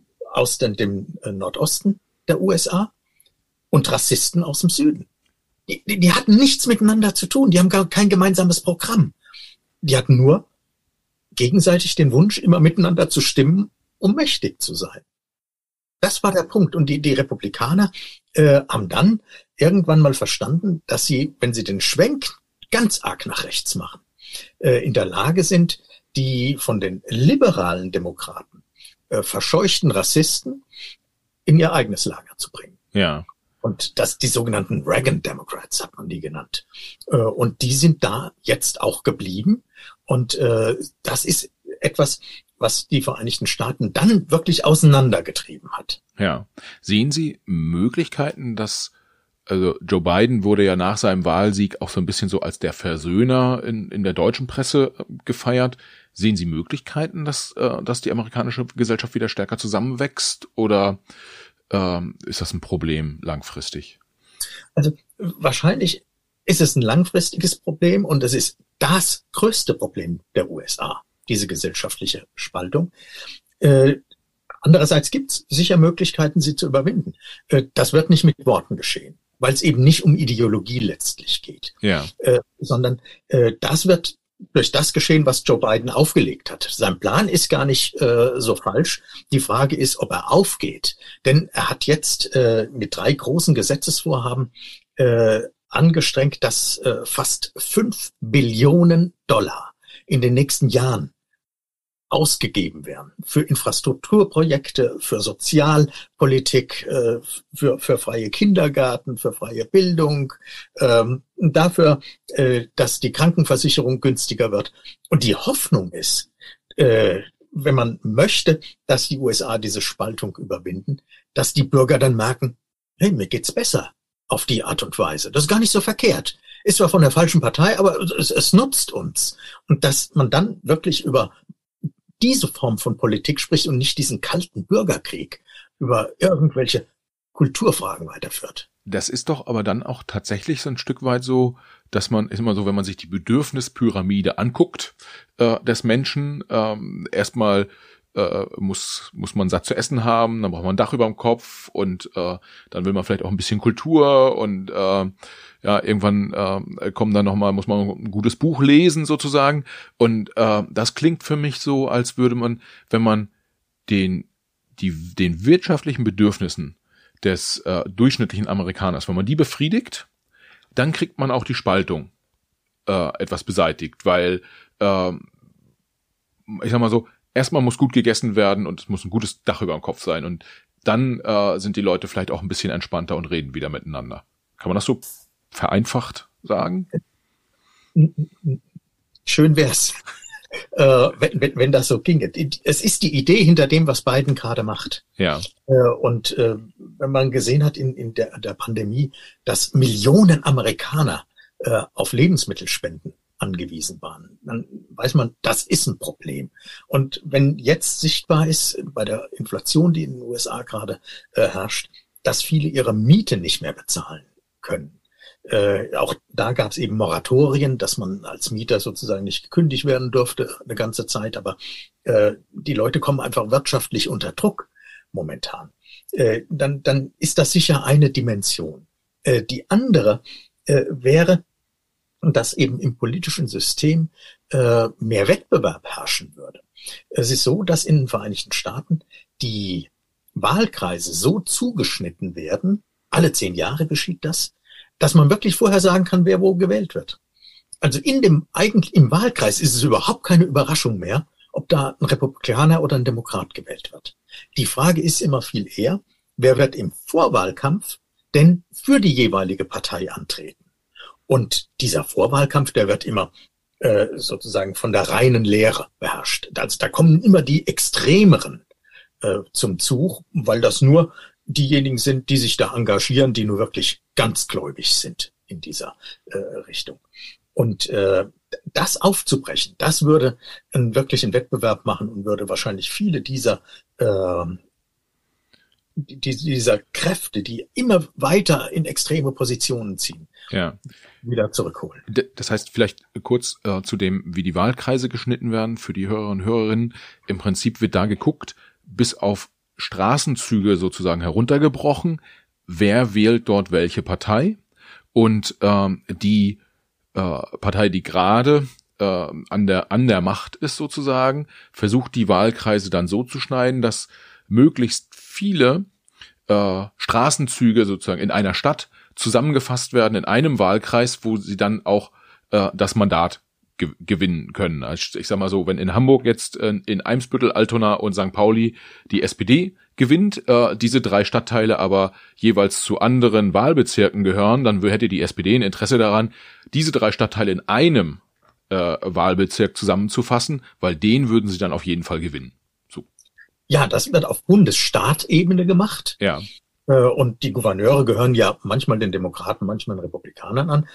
aus den, dem äh, Nordosten der U S A und Rassisten aus dem Süden. Die, die, die hatten nichts miteinander zu tun. Die haben gar kein gemeinsames Programm. Die hatten nur gegenseitig den Wunsch, immer miteinander zu stimmen, um mächtig zu sein. Das war der Punkt. Und die, die Republikaner äh, haben dann irgendwann mal verstanden, dass sie, wenn sie den Schwenk ganz arg nach rechts machen, äh, in der Lage sind, die von den liberalen Demokraten äh, verscheuchten Rassisten in ihr eigenes Lager zu bringen. Ja. Und das, die sogenannten Reagan Democrats hat man die genannt. Äh, und die sind da jetzt auch geblieben. Und äh, das ist etwas, was die Vereinigten Staaten dann wirklich auseinandergetrieben hat. Ja. Sehen Sie Möglichkeiten, dass, also Joe Biden wurde ja nach seinem Wahlsieg auch so ein bisschen so als der Versöhner in, in der deutschen Presse gefeiert. Sehen Sie Möglichkeiten, dass, äh, dass die amerikanische Gesellschaft wieder stärker zusammenwächst, oder ähm, ist das ein Problem langfristig? Also wahrscheinlich ist es ein langfristiges Problem und es ist das größte Problem der U S A, diese gesellschaftliche Spaltung. Äh, andererseits gibt es sicher Möglichkeiten, sie zu überwinden. Äh, das wird nicht mit Worten geschehen, weil es eben nicht um Ideologie letztlich geht, Ja. äh, sondern äh, das wird durch das geschehen, was Joe Biden aufgelegt hat. Sein Plan ist gar nicht äh, so falsch. Die Frage ist, ob er aufgeht. Denn er hat jetzt äh, mit drei großen Gesetzesvorhaben äh, angestrengt, dass äh, fast fünf Billionen Dollar in den nächsten Jahren ausgegeben werden für Infrastrukturprojekte, für Sozialpolitik, äh, für, für freie Kindergarten, für freie Bildung, ähm, dafür, äh, dass die Krankenversicherung günstiger wird. Und die Hoffnung ist, äh, wenn man möchte, dass die U S A diese Spaltung überwinden, dass die Bürger dann merken, hey, mir geht's besser auf die Art und Weise. Das ist gar nicht so verkehrt. Ist zwar von der falschen Partei, aber es, es nutzt uns. Und dass man dann wirklich über diese Form von Politik spricht und nicht diesen kalten Bürgerkrieg über irgendwelche Kulturfragen weiterführt. Das ist doch aber dann auch tatsächlich so ein Stück weit so, dass man, ist immer so, wenn man sich die Bedürfnispyramide anguckt, äh, des Menschen, ähm, erstmal äh, muss muss man satt zu essen haben, dann braucht man ein Dach über dem Kopf und äh, dann will man vielleicht auch ein bisschen Kultur und äh, ja, irgendwann äh, kommen dann noch mal, muss man ein gutes Buch lesen sozusagen, und äh, das klingt für mich so, als würde man, wenn man den die den wirtschaftlichen Bedürfnissen des äh, durchschnittlichen Amerikaners, wenn man die befriedigt, dann kriegt man auch die Spaltung äh, etwas beseitigt, weil äh, ich sag mal so, erstmal muss gut gegessen werden und es muss ein gutes Dach über dem Kopf sein, und dann äh, sind die Leute vielleicht auch ein bisschen entspannter und reden wieder miteinander. Kann man das so vereinfacht sagen? Schön wär's, äh, wenn, wenn, wenn das so ginge. Es ist die Idee hinter dem, was Biden gerade macht. Ja. Äh, und äh, wenn man gesehen hat in, in der, der Pandemie, dass Millionen Amerikaner äh, auf Lebensmittelspenden angewiesen waren, dann weiß man, das ist ein Problem. Und wenn jetzt sichtbar ist, bei der Inflation, die in den U S A gerade äh, herrscht, dass viele ihre Miete nicht mehr bezahlen können. Äh, auch da gab es eben Moratorien, dass man als Mieter sozusagen nicht gekündigt werden durfte eine ganze Zeit, aber äh, die Leute kommen einfach wirtschaftlich unter Druck momentan. Äh, dann, dann ist das sicher eine Dimension. Äh, die andere äh, wäre, dass eben im politischen System äh, mehr Wettbewerb herrschen würde. Es ist so, dass in den Vereinigten Staaten die Wahlkreise so zugeschnitten werden, alle zehn Jahre geschieht das, dass man wirklich vorher sagen kann, wer wo gewählt wird. Also in dem eigentlich im Wahlkreis ist es überhaupt keine Überraschung mehr, ob da ein Republikaner oder ein Demokrat gewählt wird. Die Frage ist immer viel eher, wer wird im Vorwahlkampf denn für die jeweilige Partei antreten? Und dieser Vorwahlkampf, der wird immer äh, sozusagen von der reinen Lehre beherrscht. Also da kommen immer die Extremeren äh, zum Zug, weil das nur diejenigen sind, die sich da engagieren, die nur wirklich ganzgläubig sind in dieser äh, Richtung. Und äh, das aufzubrechen, das würde einen wirklichen Wettbewerb machen und würde wahrscheinlich viele dieser äh, die, dieser Kräfte, die immer weiter in extreme Positionen ziehen, ja, wieder zurückholen. Das heißt, vielleicht kurz äh, zu dem, wie die Wahlkreise geschnitten werden für die Hörer und Hörerinnen. Im Prinzip wird da geguckt, bis auf Straßenzüge sozusagen heruntergebrochen, wer wählt dort welche Partei. Und ähm, die äh, Partei, die gerade äh, an der an der Macht ist sozusagen, versucht die Wahlkreise dann so zu schneiden, dass möglichst viele äh, Straßenzüge sozusagen in einer Stadt zusammengefasst werden in einem Wahlkreis, wo sie dann auch äh, das Mandat ge- gewinnen können. Also ich sag mal so, wenn in Hamburg jetzt äh, in Eimsbüttel, Altona und Sankt Pauli die S P D gewinnt, äh, diese drei Stadtteile aber jeweils zu anderen Wahlbezirken gehören, dann hätte die S P D ein Interesse daran, diese drei Stadtteile in einem äh, Wahlbezirk zusammenzufassen, weil den würden sie dann auf jeden Fall gewinnen. So. Ja, das wird auf Bundesstaatebene gemacht. Ja. Und die Gouverneure gehören ja manchmal den Demokraten, manchmal den Republikanern an.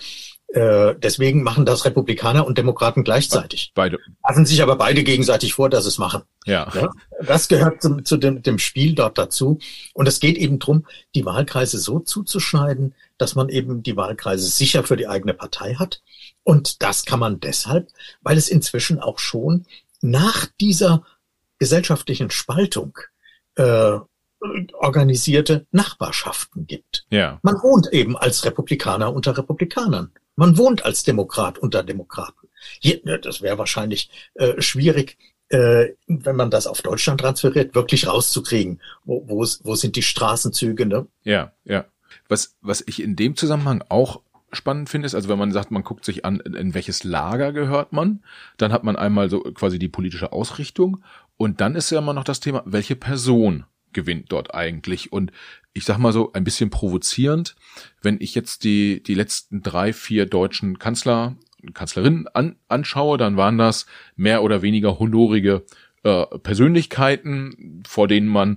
Deswegen machen das Republikaner und Demokraten gleichzeitig. Beide. Lassen sich aber beide gegenseitig vor, dass sie es machen. Ja. Ja, das gehört zum, zu dem, dem Spiel dort dazu. Und es geht eben drum, die Wahlkreise so zuzuschneiden, dass man eben die Wahlkreise sicher für die eigene Partei hat. Und das kann man deshalb, weil es inzwischen auch schon nach dieser gesellschaftlichen Spaltung äh, organisierte Nachbarschaften gibt. Ja. Man wohnt eben als Republikaner unter Republikanern. Man wohnt als Demokrat unter Demokraten. Hier, das wäre wahrscheinlich äh, schwierig, äh, wenn man das auf Deutschland transferiert, wirklich rauszukriegen. Wo, wo, wo sind die Straßenzüge? Ne? Ja, ja. Was, was ich in dem Zusammenhang auch spannend finde, ist, also wenn man sagt, man guckt sich an, in welches Lager gehört man, dann hat man einmal so quasi die politische Ausrichtung und dann ist ja immer noch das Thema, welche Person gewinnt dort eigentlich. Und ich sag mal so ein bisschen provozierend, wenn ich jetzt die die letzten drei, vier deutschen Kanzler und Kanzlerinnen an, anschaue, dann waren das mehr oder weniger honorige äh, Persönlichkeiten, vor denen man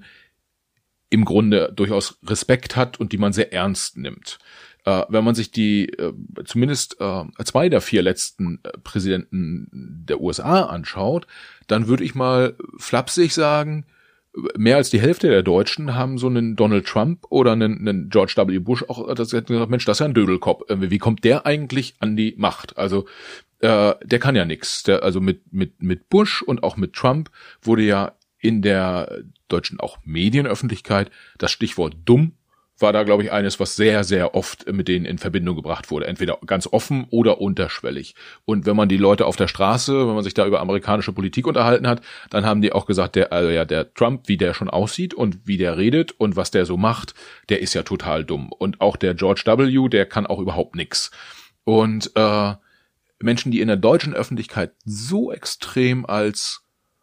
im Grunde durchaus Respekt hat und die man sehr ernst nimmt. Äh, wenn man sich die äh, zumindest äh, zwei der vier letzten äh, Präsidenten der U S A anschaut, dann würde ich mal flapsig sagen, mehr als die Hälfte der Deutschen haben so einen Donald Trump oder einen, einen George W. Bush auch das gesagt, Mensch, das ist ja ein Dödelkopf. Wie kommt der eigentlich an die Macht? Also äh, der kann ja nix. Der, also mit mit mit Bush und auch mit Trump wurde ja in der deutschen auch Medienöffentlichkeit das Stichwort dumm war da, glaube ich, eines, was sehr, sehr oft mit denen in Verbindung gebracht wurde. Entweder ganz offen oder unterschwellig. Und wenn man die Leute auf der Straße, wenn man sich da über amerikanische Politik unterhalten hat, dann haben die auch gesagt, der, also ja, der Trump, wie der schon aussieht und wie der redet und was der so macht, der ist ja total dumm. Und auch der George W., der kann auch überhaupt nix. Und äh, Menschen, die in der deutschen Öffentlichkeit so extrem als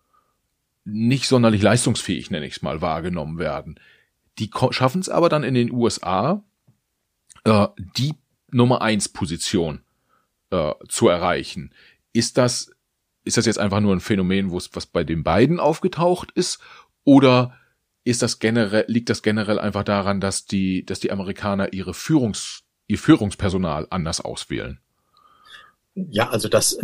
nicht sonderlich leistungsfähig, nenne ich es mal, wahrgenommen werden, die schaffen es aber dann in den U S A, äh, die Nummer eins Position äh, zu erreichen. Ist das, ist das jetzt einfach nur ein Phänomen, wo es was bei den beiden aufgetaucht ist, oder ist das generell, liegt das generell einfach daran, dass die, dass die Amerikaner ihre Führungs, ihr Führungspersonal anders auswählen? Ja, also dass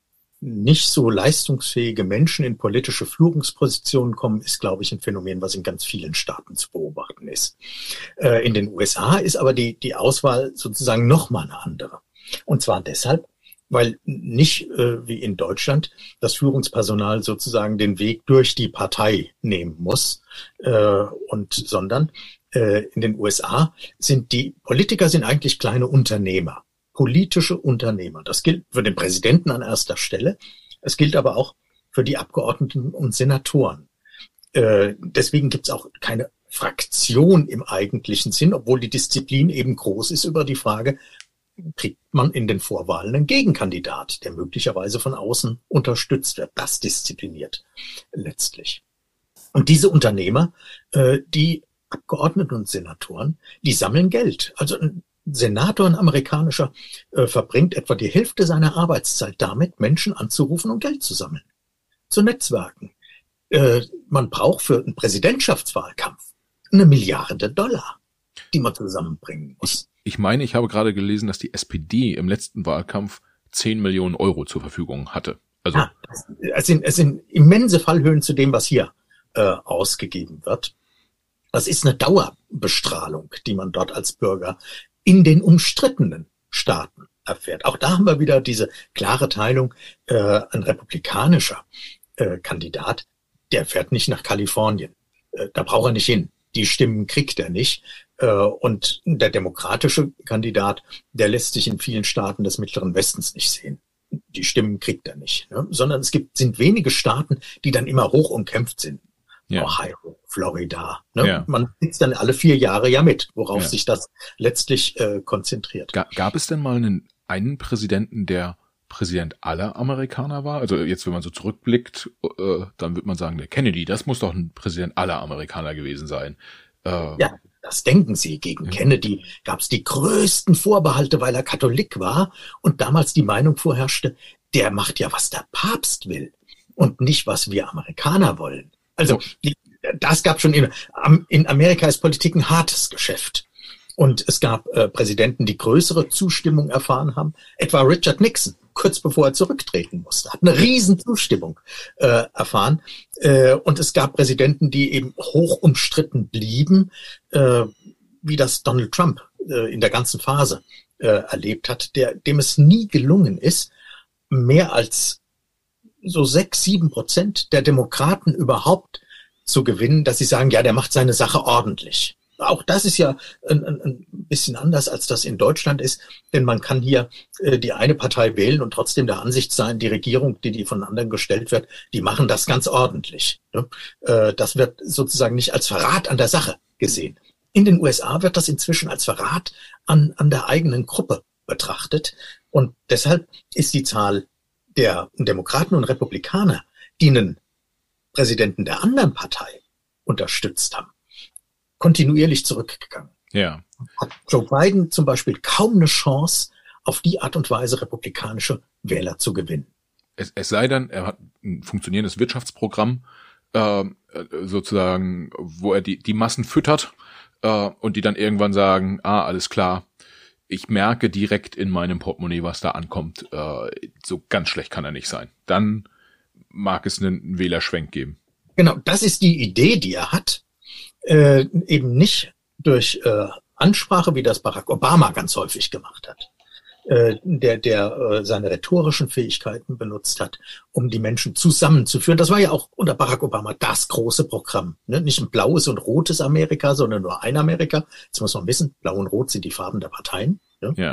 nicht so leistungsfähige Menschen in politische Führungspositionen kommen, ist, glaube ich, ein Phänomen, was in ganz vielen Staaten zu beobachten ist. Äh, in den U S A ist aber die, die Auswahl sozusagen nochmal eine andere. Und zwar deshalb, weil nicht äh, wie in Deutschland das Führungspersonal sozusagen den Weg durch die Partei nehmen muss, äh, und sondern äh, in den U S A sind die Politiker sind eigentlich kleine Unternehmer. Politische Unternehmer. Das gilt für den Präsidenten an erster Stelle. Es gilt aber auch für die Abgeordneten und Senatoren. Äh, deswegen gibt es auch keine Fraktion im eigentlichen Sinn, obwohl die Disziplin eben groß ist über die Frage, kriegt man in den Vorwahlen einen Gegenkandidat, der möglicherweise von außen unterstützt wird. Das diszipliniert letztlich. Und diese Unternehmer, äh, die Abgeordneten und Senatoren, die sammeln Geld. Also ein Senator, ein amerikanischer, äh, verbringt etwa die Hälfte seiner Arbeitszeit damit, Menschen anzurufen und Geld zu sammeln, zu Netzwerken. Äh, man braucht für einen Präsidentschaftswahlkampf eine Milliarde Dollar, die man zusammenbringen muss. Ich, ich meine, ich habe gerade gelesen, dass die S P D im letzten Wahlkampf zehn Millionen Euro zur Verfügung hatte. Also ja, es sind, es sind immense Fallhöhen zu dem, was hier äh, ausgegeben wird. Das ist eine Dauerbestrahlung, die man dort als Bürger in den umstrittenen Staaten erfährt. Auch da haben wir wieder diese klare Teilung, äh, ein republikanischer äh, Kandidat, der fährt nicht nach Kalifornien. Äh, da braucht er nicht hin. Die Stimmen kriegt er nicht. Äh, und der demokratische Kandidat, der lässt sich in vielen Staaten des Mittleren Westens nicht sehen. Die Stimmen kriegt er nicht. Ne? Sondern es gibt, sind wenige Staaten, die dann immer hoch umkämpft sind. Ja. Ohio, Florida. Ne? Ja. Man sitzt dann alle vier Jahre ja mit, worauf ja. sich das letztlich äh, konzentriert. Ga, gab es denn mal einen, einen Präsidenten, der Präsident aller Amerikaner war? Also jetzt, wenn man so zurückblickt, äh, dann wird man sagen, der Kennedy, das muss doch ein Präsident aller Amerikaner gewesen sein. Äh, ja, das denken Sie. Gegen ja. Kennedy gab es die größten Vorbehalte, weil er Katholik war und damals die Meinung vorherrschte, der macht ja, was der Papst will und nicht, was wir Amerikaner wollen. Also die, das gab schon in, in Amerika ist Politik ein hartes Geschäft. Und es gab äh, Präsidenten, die größere Zustimmung erfahren haben. Etwa Richard Nixon, kurz bevor er zurücktreten musste, hat eine riesen Zustimmung äh, erfahren. Äh, und es gab Präsidenten, die eben hoch umstritten blieben, äh, wie das Donald Trump äh, in der ganzen Phase äh, erlebt hat, der, dem es nie gelungen ist, mehr als so sechs, sieben Prozent der Demokraten überhaupt zu gewinnen, dass sie sagen, ja, der macht seine Sache ordentlich. Auch das ist ja ein, ein, ein bisschen anders, als das in Deutschland ist, denn man kann hier äh, die eine Partei wählen und trotzdem der Ansicht sein, die Regierung, die die von anderen gestellt wird, die machen das ganz ordentlich. Ne? Äh, das wird sozusagen nicht als Verrat an der Sache gesehen. In den U S A wird das inzwischen als Verrat an, an der eigenen Gruppe betrachtet und deshalb ist die Zahl der Demokraten und Republikaner, die einen Präsidenten der anderen Partei unterstützt haben, kontinuierlich zurückgegangen. Ja. Hat Joe Biden zum Beispiel kaum eine Chance, auf die Art und Weise republikanische Wähler zu gewinnen. Es, es sei denn, er hat ein funktionierendes Wirtschaftsprogramm, äh, sozusagen, wo er die, die Massen füttert äh, und die dann irgendwann sagen, ah, alles klar, ich merke direkt in meinem Portemonnaie, was da ankommt. Äh, so ganz schlecht kann er nicht sein. Dann mag es einen Wählerschwenk geben. Genau, das ist die Idee, die er hat. Äh, eben nicht durch äh, Ansprache, wie das Barack Obama ganz häufig gemacht hat. Äh, der der äh, seine rhetorischen Fähigkeiten benutzt hat, um die Menschen zusammenzuführen. Das war ja auch unter Barack Obama das große Programm. Ne? Nicht ein blaues und rotes Amerika, sondern nur ein Amerika. Jetzt muss man wissen, blau und rot sind die Farben der Parteien. Ne? Ja.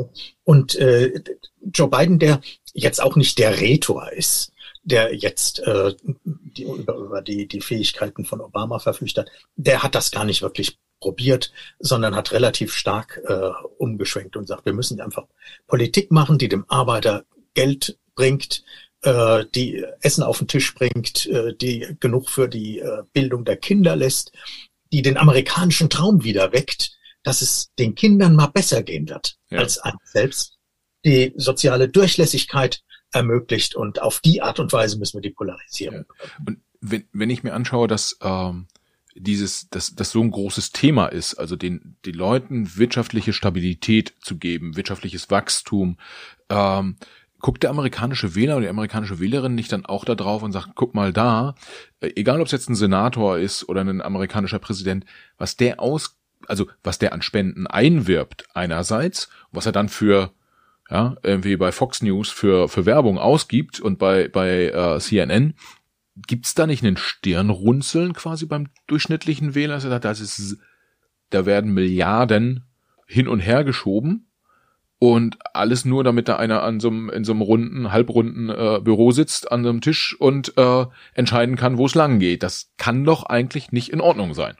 Und äh, Joe Biden, der jetzt auch nicht der Rhetor ist, der jetzt äh, die, über, über die, die Fähigkeiten von Obama verfügt hat, der hat das gar nicht wirklich probiert, sondern hat relativ stark äh, umgeschwenkt und sagt, wir müssen einfach Politik machen, die dem Arbeiter Geld bringt, äh, die Essen auf den Tisch bringt, äh, die genug für die äh, Bildung der Kinder lässt, die den amerikanischen Traum wieder weckt, dass es den Kindern mal besser gehen wird ja. als einem selbst, die soziale Durchlässigkeit ermöglicht und auf die Art und Weise müssen wir die Polarisierung. Ja. Und wenn, wenn ich mir anschaue, dass ähm dieses, dass das so ein großes Thema ist, also den, den Leuten wirtschaftliche Stabilität zu geben, wirtschaftliches Wachstum, ähm, guckt der amerikanische Wähler oder die amerikanische Wählerin nicht dann auch da drauf und sagt, guck mal da, egal ob es jetzt ein Senator ist oder ein amerikanischer Präsident, was der aus, also was der an Spenden einwirbt einerseits, was er dann für, ja, irgendwie bei Fox News für für Werbung ausgibt und bei bei äh, C N N, gibt's da nicht einen Stirnrunzeln quasi beim durchschnittlichen Wähler? Also das ist, da werden Milliarden hin und her geschoben. Und alles nur, damit da einer an so einem, in so einem runden, halbrunden äh, Büro sitzt, an so einem Tisch und äh, entscheiden kann, wo es lang geht. Das kann doch eigentlich nicht in Ordnung sein.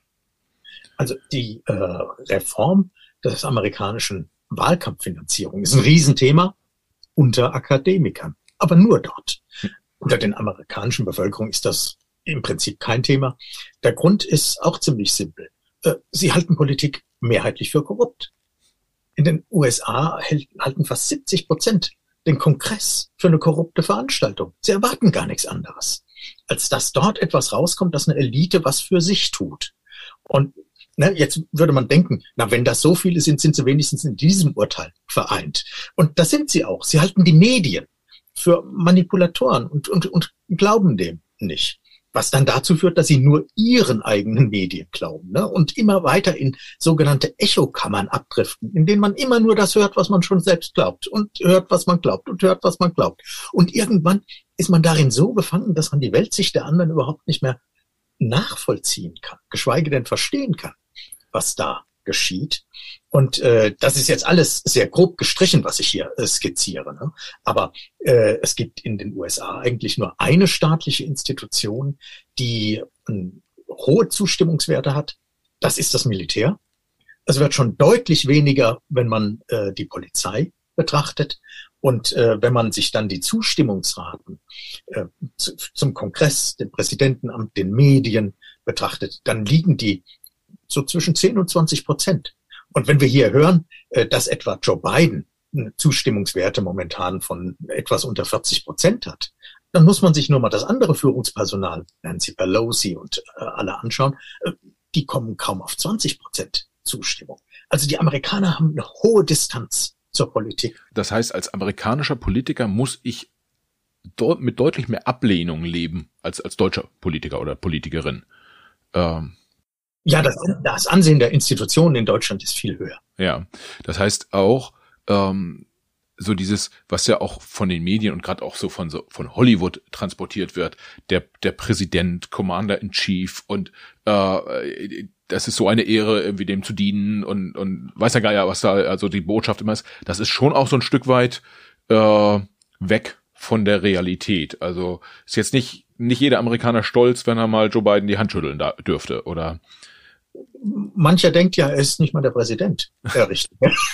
Also die äh, Reform des amerikanischen Wahlkampffinanzierung ist ein Riesenthema unter Akademikern, aber nur dort. Hm. Unter den amerikanischen Bevölkerung ist das im Prinzip kein Thema. Der Grund ist auch ziemlich simpel. Äh, sie halten Politik mehrheitlich für korrupt. In den U S A halten fast siebzig Prozent den Kongress für eine korrupte Veranstaltung. Sie erwarten gar nichts anderes, als dass dort etwas rauskommt, dass eine Elite was für sich tut. Und ne, jetzt würde man denken, na, wenn das so viele sind, sind sie wenigstens in diesem Urteil vereint. Und das sind sie auch. Sie halten die Medien für Manipulatoren und, und, und glauben dem nicht. Was dann dazu führt, dass sie nur ihren eigenen Medien glauben, ne? Und immer weiter in sogenannte Echokammern abdriften, in denen man immer nur das hört, was man schon selbst glaubt und hört, was man glaubt und hört, was man glaubt. Und irgendwann ist man darin so befangen, dass man die Weltsicht der anderen überhaupt nicht mehr nachvollziehen kann, geschweige denn verstehen kann, was da geschieht. Und äh, das ist jetzt alles sehr grob gestrichen, was ich hier äh, skizziere. Ne? Aber äh, es gibt in den U S A eigentlich nur eine staatliche Institution, die äh, hohe Zustimmungswerte hat. Das ist das Militär. Es wird schon deutlich weniger, wenn man äh, die Polizei betrachtet. Und äh, wenn man sich dann die Zustimmungsraten äh, zu, zum Kongress, dem Präsidentenamt, den Medien betrachtet, dann liegen die so zwischen zehn und zwanzig Prozent. Und wenn wir hier hören, dass etwa Joe Biden Zustimmungswerte momentan von etwas unter vierzig Prozent hat, dann muss man sich nur mal das andere Führungspersonal, Nancy Pelosi und alle anschauen, die kommen kaum auf zwanzig Prozent Zustimmung. Also die Amerikaner haben eine hohe Distanz zur Politik. Das heißt, als amerikanischer Politiker muss ich dort mit deutlich mehr Ablehnung leben als als deutscher Politiker oder Politikerin. Ähm Ja, das, das Ansehen der Institutionen in Deutschland ist viel höher. Ja, das heißt auch, ähm, so dieses, was ja auch von den Medien und gerade auch so von so von Hollywood transportiert wird, der der Präsident, Commander in Chief und äh, das ist so eine Ehre, irgendwie dem zu dienen und und weiß ja gar ja, was da also die Botschaft immer ist. Das ist schon auch so ein Stück weit äh, weg von der Realität. Also ist jetzt nicht nicht jeder Amerikaner stolz, wenn er mal Joe Biden die Hand schütteln da dürfte, oder? Mancher denkt ja, er ist nicht mal der Präsident. Ja, richtig.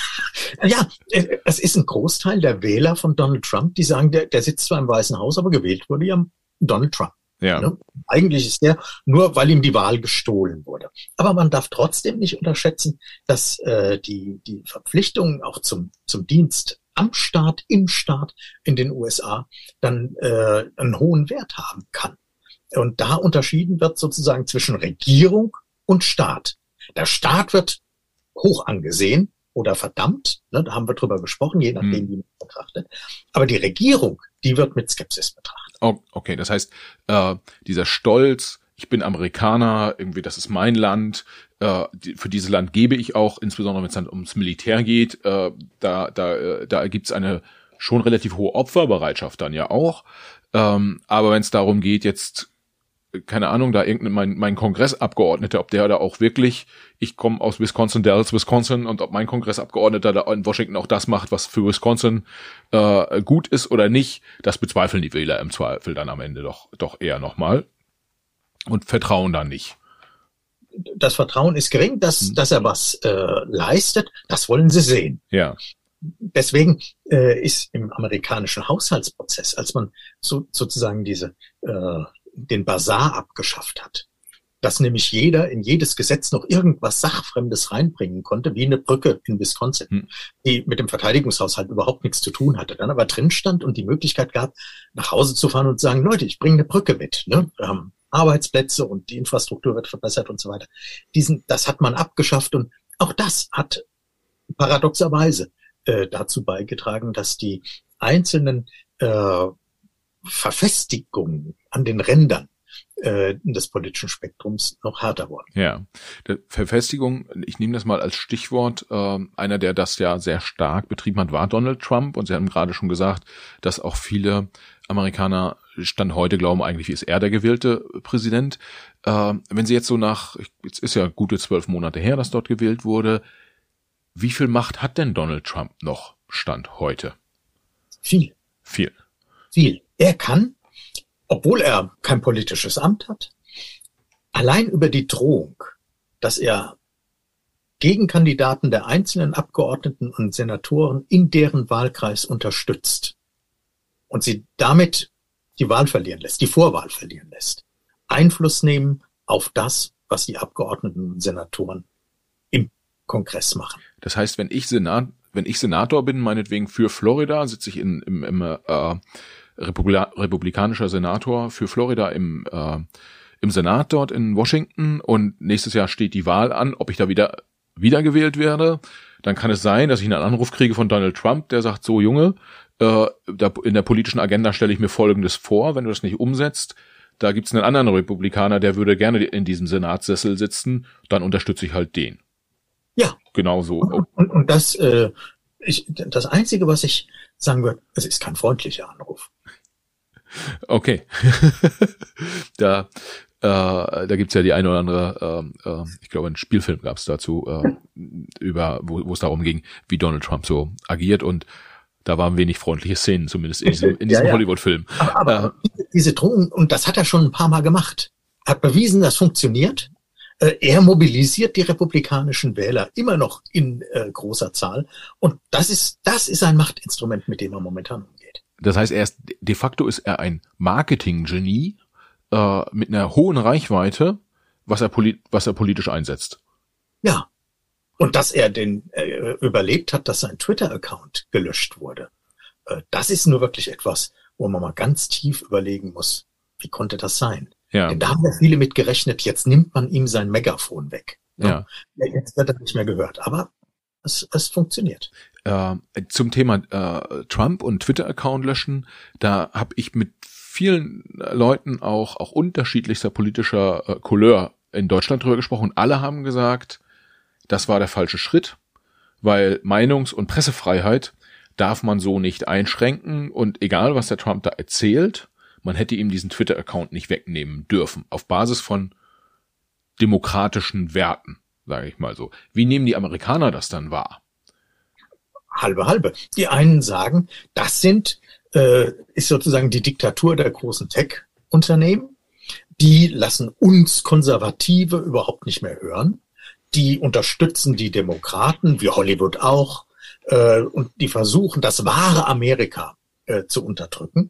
Ja, es ist ein Großteil der Wähler von Donald Trump, die sagen, der, der sitzt zwar im Weißen Haus, aber gewählt wurde ja Donald Trump. Ja. Ne? Eigentlich ist der nur, weil ihm die Wahl gestohlen wurde. Aber man darf trotzdem nicht unterschätzen, dass äh, die die Verpflichtungen auch zum zum Dienst am Staat, im Staat in den U S A dann äh, einen hohen Wert haben kann. Und da unterschieden wird sozusagen zwischen Regierung und Staat. Der Staat wird hoch angesehen oder verdammt, ne, da haben wir drüber gesprochen, je nachdem, hm. wie man betrachtet. Aber die Regierung, die wird mit Skepsis betrachtet. Oh, okay, das heißt, äh, dieser Stolz, ich bin Amerikaner, irgendwie, das ist mein Land, äh, die, für dieses Land gebe ich auch, insbesondere wenn es dann ums Militär geht, äh, da da äh, da gibt's eine schon relativ hohe Opferbereitschaft dann ja auch. Ähm, aber wenn es darum geht, jetzt keine Ahnung, da irgendein mein, mein Kongressabgeordneter, ob der da auch wirklich, ich komme aus Wisconsin, Dells, Wisconsin, und ob mein Kongressabgeordneter da in Washington auch das macht, was für Wisconsin äh, gut ist oder nicht, das bezweifeln die Wähler im Zweifel dann am Ende doch doch eher nochmal und vertrauen da nicht. Das Vertrauen ist gering, dass hm. dass er was äh, leistet, das wollen sie sehen. Ja. Deswegen äh, ist im amerikanischen Haushaltsprozess, als man so, sozusagen diese äh, den Basar abgeschafft hat, dass nämlich jeder in jedes Gesetz noch irgendwas Sachfremdes reinbringen konnte, wie eine Brücke in Wisconsin, hm. die mit dem Verteidigungshaushalt überhaupt nichts zu tun hatte, dann aber drin stand und die Möglichkeit gab, nach Hause zu fahren und zu sagen, Leute, ich bringe eine Brücke mit. Ne? Ähm, Arbeitsplätze und die Infrastruktur wird verbessert und so weiter. Diesen, das hat man abgeschafft und auch das hat paradoxerweise äh, dazu beigetragen, dass die einzelnen äh, Verfestigungen an den Rändern äh, des politischen Spektrums noch härter wurden. Ja, der Verfestigung, ich nehme das mal als Stichwort, äh, einer, der das ja sehr stark betrieben hat, war Donald Trump, und Sie haben gerade schon gesagt, dass auch viele Amerikaner Stand heute glauben, eigentlich ist er der gewählte Präsident. Äh, wenn Sie jetzt so nach, jetzt ist ja gute zwölf Monate her, dass dort gewählt wurde, wie viel Macht hat denn Donald Trump noch Stand heute? Viel. Viel. Viel. Er kann, obwohl er kein politisches Amt hat, allein über die Drohung, dass er Gegenkandidaten der einzelnen Abgeordneten und Senatoren in deren Wahlkreis unterstützt und sie damit die Wahl verlieren lässt, die Vorwahl verlieren lässt, Einfluss nehmen auf das, was die Abgeordneten und Senatoren im Kongress machen. Das heißt, wenn ich Senat, wenn ich Senator bin, meinetwegen für Florida, sitze ich in, im, im äh, Republika- republikanischer Senator für Florida im äh, im Senat dort in Washington, und nächstes Jahr steht die Wahl an, ob ich da wieder wiedergewählt werde, dann kann es sein, dass ich einen Anruf kriege von Donald Trump, der sagt, so Junge, äh, da, in der politischen Agenda stelle ich mir Folgendes vor, wenn du das nicht umsetzt, da gibt's einen anderen Republikaner, der würde gerne in diesem Senatssessel sitzen, dann unterstütze ich halt den. Ja. Genau so. Und, und, und das, äh, ich, das Einzige, was ich sagen würde, es ist kein freundlicher Anruf. Okay. da äh, da gibt's ja die eine oder andere, äh, äh, ich glaube, einen Spielfilm gab's dazu, äh, über wo, wo es darum ging, wie Donald Trump so agiert, und da waren wenig freundliche Szenen, zumindest in diesem, in diesem ja, ja. Hollywood-Film. Aber, aber äh, diese Drohung, und das hat er schon ein paar Mal gemacht, hat bewiesen, das funktioniert. Äh, er mobilisiert die republikanischen Wähler immer noch in äh, großer Zahl, und das ist das ist ein Machtinstrument, mit dem er momentan umgeht. Das heißt, er ist, de facto ist er ein Marketing-Genie äh, mit einer hohen Reichweite, was er, poli- was er politisch einsetzt. Ja. Und dass er den äh, überlebt hat, dass sein Twitter-Account gelöscht wurde, äh, das ist nur wirklich etwas, wo man mal ganz tief überlegen muss, wie konnte das sein? Ja. Denn da haben ja viele mit gerechnet, jetzt nimmt man ihm sein Megafon weg. Ja. Ja. Jetzt wird er nicht mehr gehört, aber es, es funktioniert. Äh, zum Thema äh, Trump und Twitter-Account löschen, da habe ich mit vielen Leuten auch auch unterschiedlichster politischer äh, Couleur in Deutschland drüber gesprochen, und alle haben gesagt, das war der falsche Schritt, weil Meinungs- und Pressefreiheit darf man so nicht einschränken, und egal, was der Trump da erzählt, man hätte ihm diesen Twitter-Account nicht wegnehmen dürfen, auf Basis von demokratischen Werten, sage ich mal so. Wie nehmen die Amerikaner das dann wahr? Halbe, halbe. Die einen sagen, das sind, äh, ist sozusagen die Diktatur der großen Tech-Unternehmen. Die lassen uns Konservative überhaupt nicht mehr hören. Die unterstützen die Demokraten, wie Hollywood auch, äh, und die versuchen, das wahre Amerika äh, zu unterdrücken.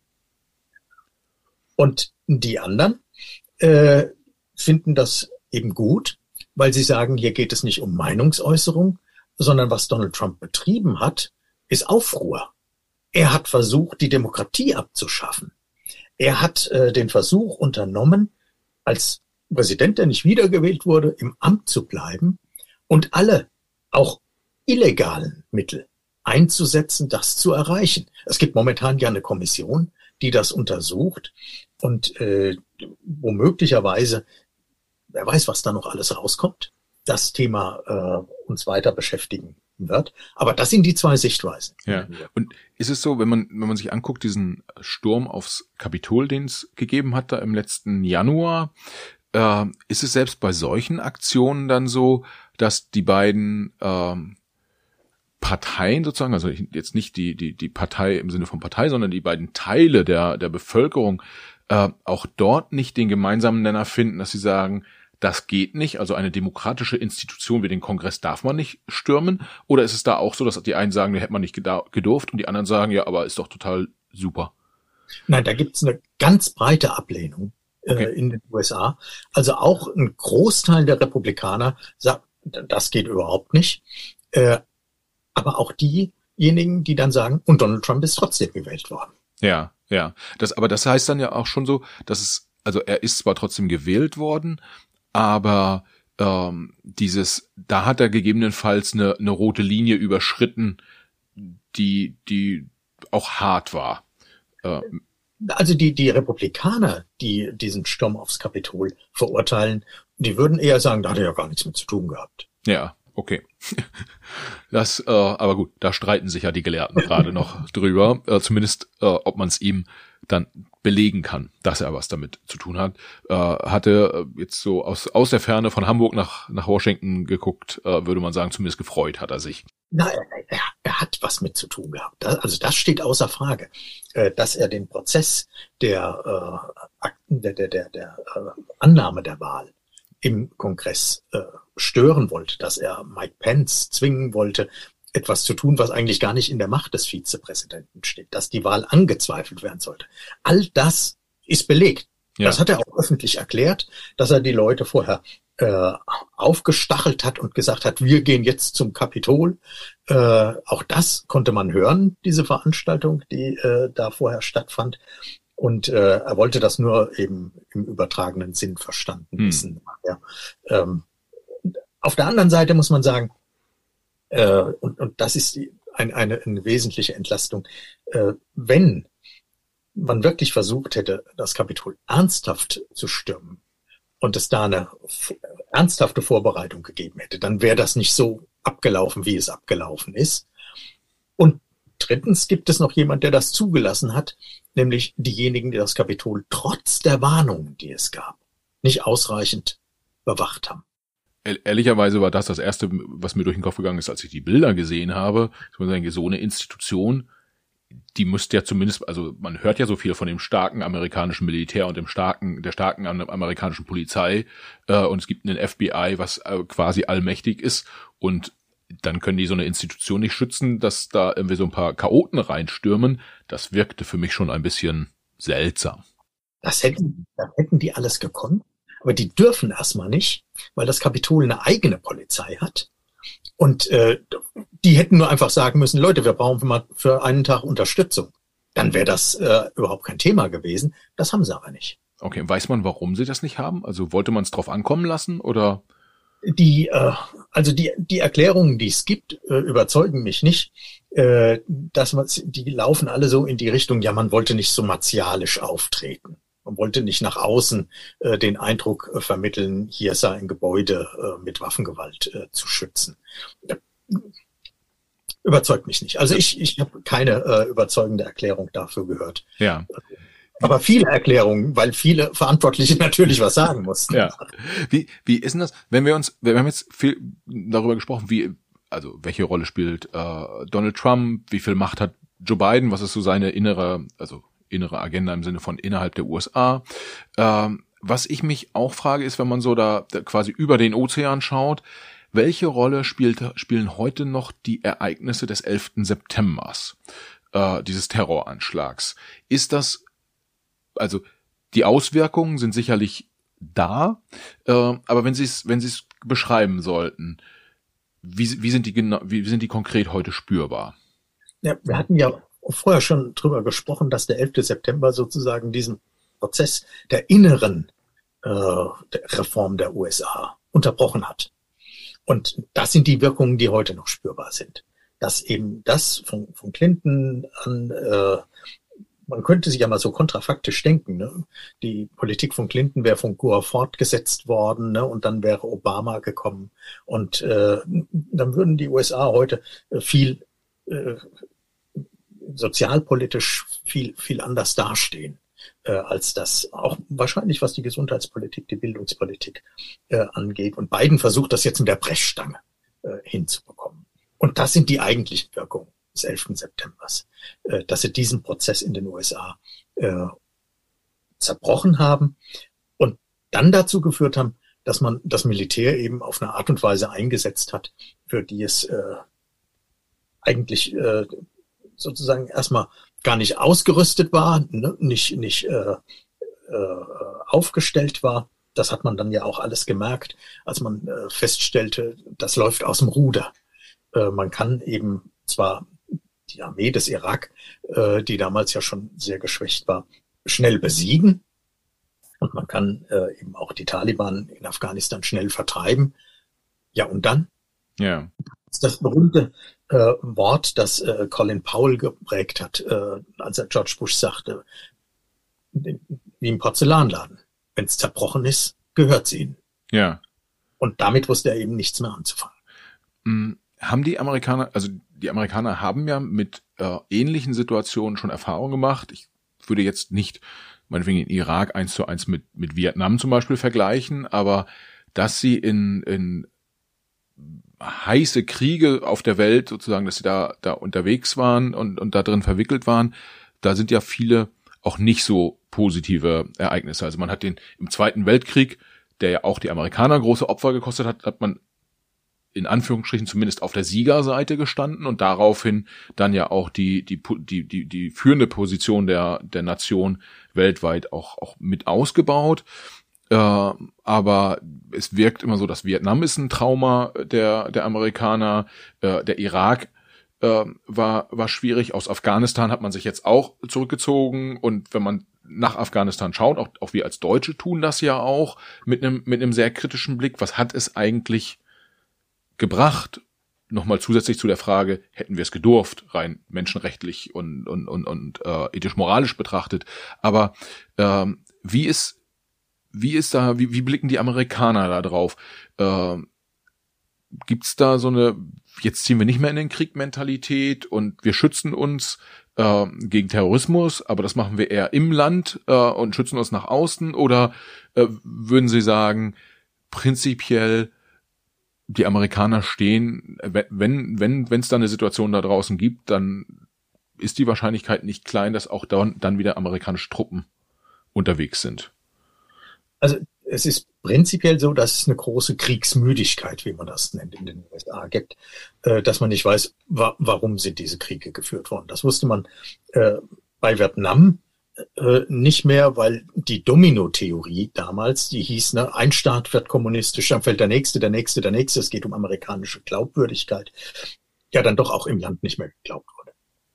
Und die anderen äh, finden das eben gut, weil sie sagen, hier geht es nicht um Meinungsäußerung, sondern was Donald Trump betrieben hat, ist Aufruhr. Er hat versucht, die Demokratie abzuschaffen. Er hat äh, den Versuch unternommen, als Präsident, der nicht wiedergewählt wurde, im Amt zu bleiben und alle, auch illegalen Mittel einzusetzen, das zu erreichen. Es gibt momentan ja eine Kommission, die das untersucht, und äh, womöglicherweise, wer weiß, was da noch alles rauskommt, das Thema äh, uns weiter beschäftigen wird. Aber das sind die zwei Sichtweisen. Ja. Und ist es so, wenn man wenn man sich anguckt, diesen Sturm aufs Kapitol, den es gegeben hat da im letzten Januar, äh, ist es selbst bei solchen Aktionen dann so, dass die beiden ähm, Parteien sozusagen, also jetzt nicht die die die Partei im Sinne von Partei, sondern die beiden Teile der der Bevölkerung äh, auch dort nicht den gemeinsamen Nenner finden, dass sie sagen, das geht nicht, also eine demokratische Institution wie den Kongress darf man nicht stürmen? Oder ist es da auch so, dass die einen sagen, da hätte man nicht gedurft, und die anderen sagen, ja, aber ist doch total super? Nein, da gibt es eine ganz breite Ablehnung äh, okay. in den U S A. Also auch ein Großteil der Republikaner sagt, das geht überhaupt nicht. Äh, aber auch diejenigen, die dann sagen, und Donald Trump ist trotzdem gewählt worden. Ja, ja. Das, aber das heißt dann ja auch schon so, dass es also er ist zwar trotzdem gewählt worden, aber ähm, dieses, da hat er gegebenenfalls eine, eine rote Linie überschritten, die, die auch hart war. Ähm, Also die, die Republikaner, die diesen Sturm aufs Kapitol verurteilen, die würden eher sagen, da hat er ja gar nichts mit zu tun gehabt. Ja, okay. Das, äh, aber gut, da streiten sich ja die Gelehrten gerade noch drüber, äh, zumindest äh, ob man es ihm dann belegen kann, dass er was damit zu tun hat. Äh, hatte jetzt so aus aus der Ferne von Hamburg nach nach Washington geguckt, äh, würde man sagen, zumindest gefreut hat er sich. Na, er, er, er hat was mit zu tun gehabt. Das, also das steht außer Frage, äh, dass er den Prozess der äh, Akten, der der der, der äh, Annahme der Wahl im Kongress äh, stören wollte, dass er Mike Pence zwingen wollte, etwas zu tun, was eigentlich gar nicht in der Macht des Vizepräsidenten steht, dass die Wahl angezweifelt werden sollte. All das ist belegt. Ja. Das hat er auch öffentlich erklärt, dass er die Leute vorher äh, aufgestachelt hat und gesagt hat, wir gehen jetzt zum Kapitol. Äh, auch das konnte man hören, diese Veranstaltung, die äh, da vorher stattfand. Und äh, er wollte das nur eben im übertragenen Sinn verstanden wissen. Hm. Ja. Ähm, auf der anderen Seite muss man sagen, äh, und, und das ist die, ein, eine, eine wesentliche Entlastung, äh, wenn man wirklich versucht hätte, das Kapitol ernsthaft zu stürmen und es da eine f- ernsthafte Vorbereitung gegeben hätte, dann wäre das nicht so abgelaufen, wie es abgelaufen ist. Und drittens gibt es noch jemand, der das zugelassen hat, nämlich diejenigen, die das Kapitol trotz der Warnungen, die es gab, nicht ausreichend bewacht haben. Ehrlicherweise war das das Erste, was mir durch den Kopf gegangen ist, als ich die Bilder gesehen habe. Ich muss sagen, so eine Institution, die müsste ja zumindest, also man hört ja so viel von dem starken amerikanischen Militär und dem starken, der starken amerikanischen Polizei, äh, und es gibt einen F B I, was äh, quasi allmächtig ist, und dann können die so eine Institution nicht schützen, dass da irgendwie so ein paar Chaoten reinstürmen. Das wirkte für mich schon ein bisschen seltsam. Das hätten, das hätten die alles gekonnt. Aber die dürfen erstmal nicht, weil das Kapitol eine eigene Polizei hat. Und äh, die hätten nur einfach sagen müssen, Leute, wir brauchen mal für einen Tag Unterstützung. Dann wäre das äh, überhaupt kein Thema gewesen. Das haben sie aber nicht. Okay, weiß man, warum sie das nicht haben? Also wollte man es drauf ankommen lassen oder? Die, äh, also die, die Erklärungen, die es gibt, äh, überzeugen mich nicht. Äh, dass man, die laufen alle so in die Richtung, ja, man wollte nicht so martialisch auftreten. Man wollte nicht nach außen äh, den Eindruck äh, vermitteln, hier sei ein Gebäude äh, mit Waffengewalt äh, zu schützen. Äh, überzeugt mich nicht. Also ich, ich habe keine äh, überzeugende Erklärung dafür gehört. Ja. Aber viele Erklärungen, weil viele Verantwortliche natürlich was sagen mussten. Ja. Wie, wie ist denn das, wenn wir uns, wir haben jetzt viel darüber gesprochen, wie, also welche Rolle spielt äh, Donald Trump, wie viel Macht hat Joe Biden, was ist so seine innere, also innere Agenda im Sinne von innerhalb der U S A. Ähm, was ich mich auch frage, ist, wenn man so da, da quasi über den Ozean schaut, welche Rolle spielt, spielen heute noch die Ereignisse des elften Septembers, äh, dieses Terroranschlags? Ist das, also die Auswirkungen sind sicherlich da, äh, aber wenn Sie es, wenn Sie es beschreiben sollten, wie, wie sind die genau, wie sind die konkret heute spürbar? Ja, wir hatten ja vorher schon drüber gesprochen, dass der elfte September sozusagen diesen Prozess der inneren äh, der Reform der U S A unterbrochen hat. Und das sind die Wirkungen, die heute noch spürbar sind. Dass eben das von, von Clinton an, äh, man könnte sich ja mal so kontrafaktisch denken, ne? Die Politik von Clinton wäre von Gore fortgesetzt worden, ne? Und dann wäre Obama gekommen. Und äh, dann würden die U S A heute viel äh, sozialpolitisch viel viel anders dastehen, äh, als das auch wahrscheinlich, was die Gesundheitspolitik, die Bildungspolitik äh, angeht. Und Biden versucht das jetzt mit der Brechstange äh, hinzubekommen. Und das sind die eigentlichen Wirkungen des elften Septembers, äh, dass sie diesen Prozess in den U S A äh, zerbrochen haben und dann dazu geführt haben, dass man das Militär eben auf eine Art und Weise eingesetzt hat, für die es äh, eigentlich äh, sozusagen erstmal gar nicht ausgerüstet war, ne? nicht nicht äh, äh, aufgestellt war. Das hat man dann ja auch alles gemerkt, als man äh, feststellte, das läuft aus dem Ruder. Äh, man kann eben zwar die Armee des Irak, äh, die damals ja schon sehr geschwächt war, schnell besiegen, und man kann äh, eben auch die Taliban in Afghanistan schnell vertreiben. Ja, und dann? Ja. Das ist das berühmte äh, Wort, das äh, Colin Powell geprägt hat, äh, als er George Bush sagte, wie im Porzellanladen. Wenn es zerbrochen ist, gehört es ihnen. Ja. Und damit wusste er eben nichts mehr anzufangen. Mhm. Haben die Amerikaner, also die Amerikaner haben ja mit äh, ähnlichen Situationen schon Erfahrung gemacht. Ich würde jetzt nicht meinetwegen den Irak eins zu eins mit mit Vietnam zum Beispiel vergleichen, aber dass sie in in heiße Kriege auf der Welt sozusagen, dass sie da da unterwegs waren und und da drin verwickelt waren, da sind ja viele auch nicht so positive Ereignisse. Also man hat den im Zweiten Weltkrieg, der ja auch die Amerikaner große Opfer gekostet hat, hat man in Anführungsstrichen zumindest auf der Siegerseite gestanden und daraufhin dann ja auch die die die die die führende Position der der Nation weltweit auch auch mit ausgebaut. Äh, aber es wirkt immer so, dass Vietnam ist ein Trauma der der Amerikaner, äh, der Irak äh, war war schwierig. Aus Afghanistan hat man sich jetzt auch zurückgezogen und wenn man nach Afghanistan schaut, auch auch wir als Deutsche tun das ja auch mit einem mit einem sehr kritischen Blick. Was hat es eigentlich gebracht? Nochmal zusätzlich zu der Frage, hätten wir es gedurft, rein menschenrechtlich und und und und äh, ethisch-moralisch betrachtet. Aber ähm, wie ist wie ist da wie wie blicken die Amerikaner da drauf? Äh, gibt's da so eine, jetzt ziehen wir nicht mehr in den Krieg Mentalität und wir schützen uns äh, gegen Terrorismus, aber das machen wir eher im Land äh, und schützen uns nach außen? Oder äh, würden Sie sagen, prinzipiell die Amerikaner stehen, wenn wenn wenn es da eine Situation da draußen gibt, dann ist die Wahrscheinlichkeit nicht klein, dass auch dann dann wieder amerikanische Truppen unterwegs sind? Also es ist prinzipiell so, dass es eine große Kriegsmüdigkeit, wie man das nennt, in den U S A gibt, äh, dass man nicht weiß, wa- warum sind diese Kriege geführt worden. Das wusste man äh, bei Vietnam äh, nicht mehr, weil die Domino-Theorie damals, die hieß, ne, ein Staat wird kommunistisch, dann fällt der nächste, der nächste, der nächste. Es geht um amerikanische Glaubwürdigkeit, ja dann doch auch im Land nicht mehr geglaubt wurde.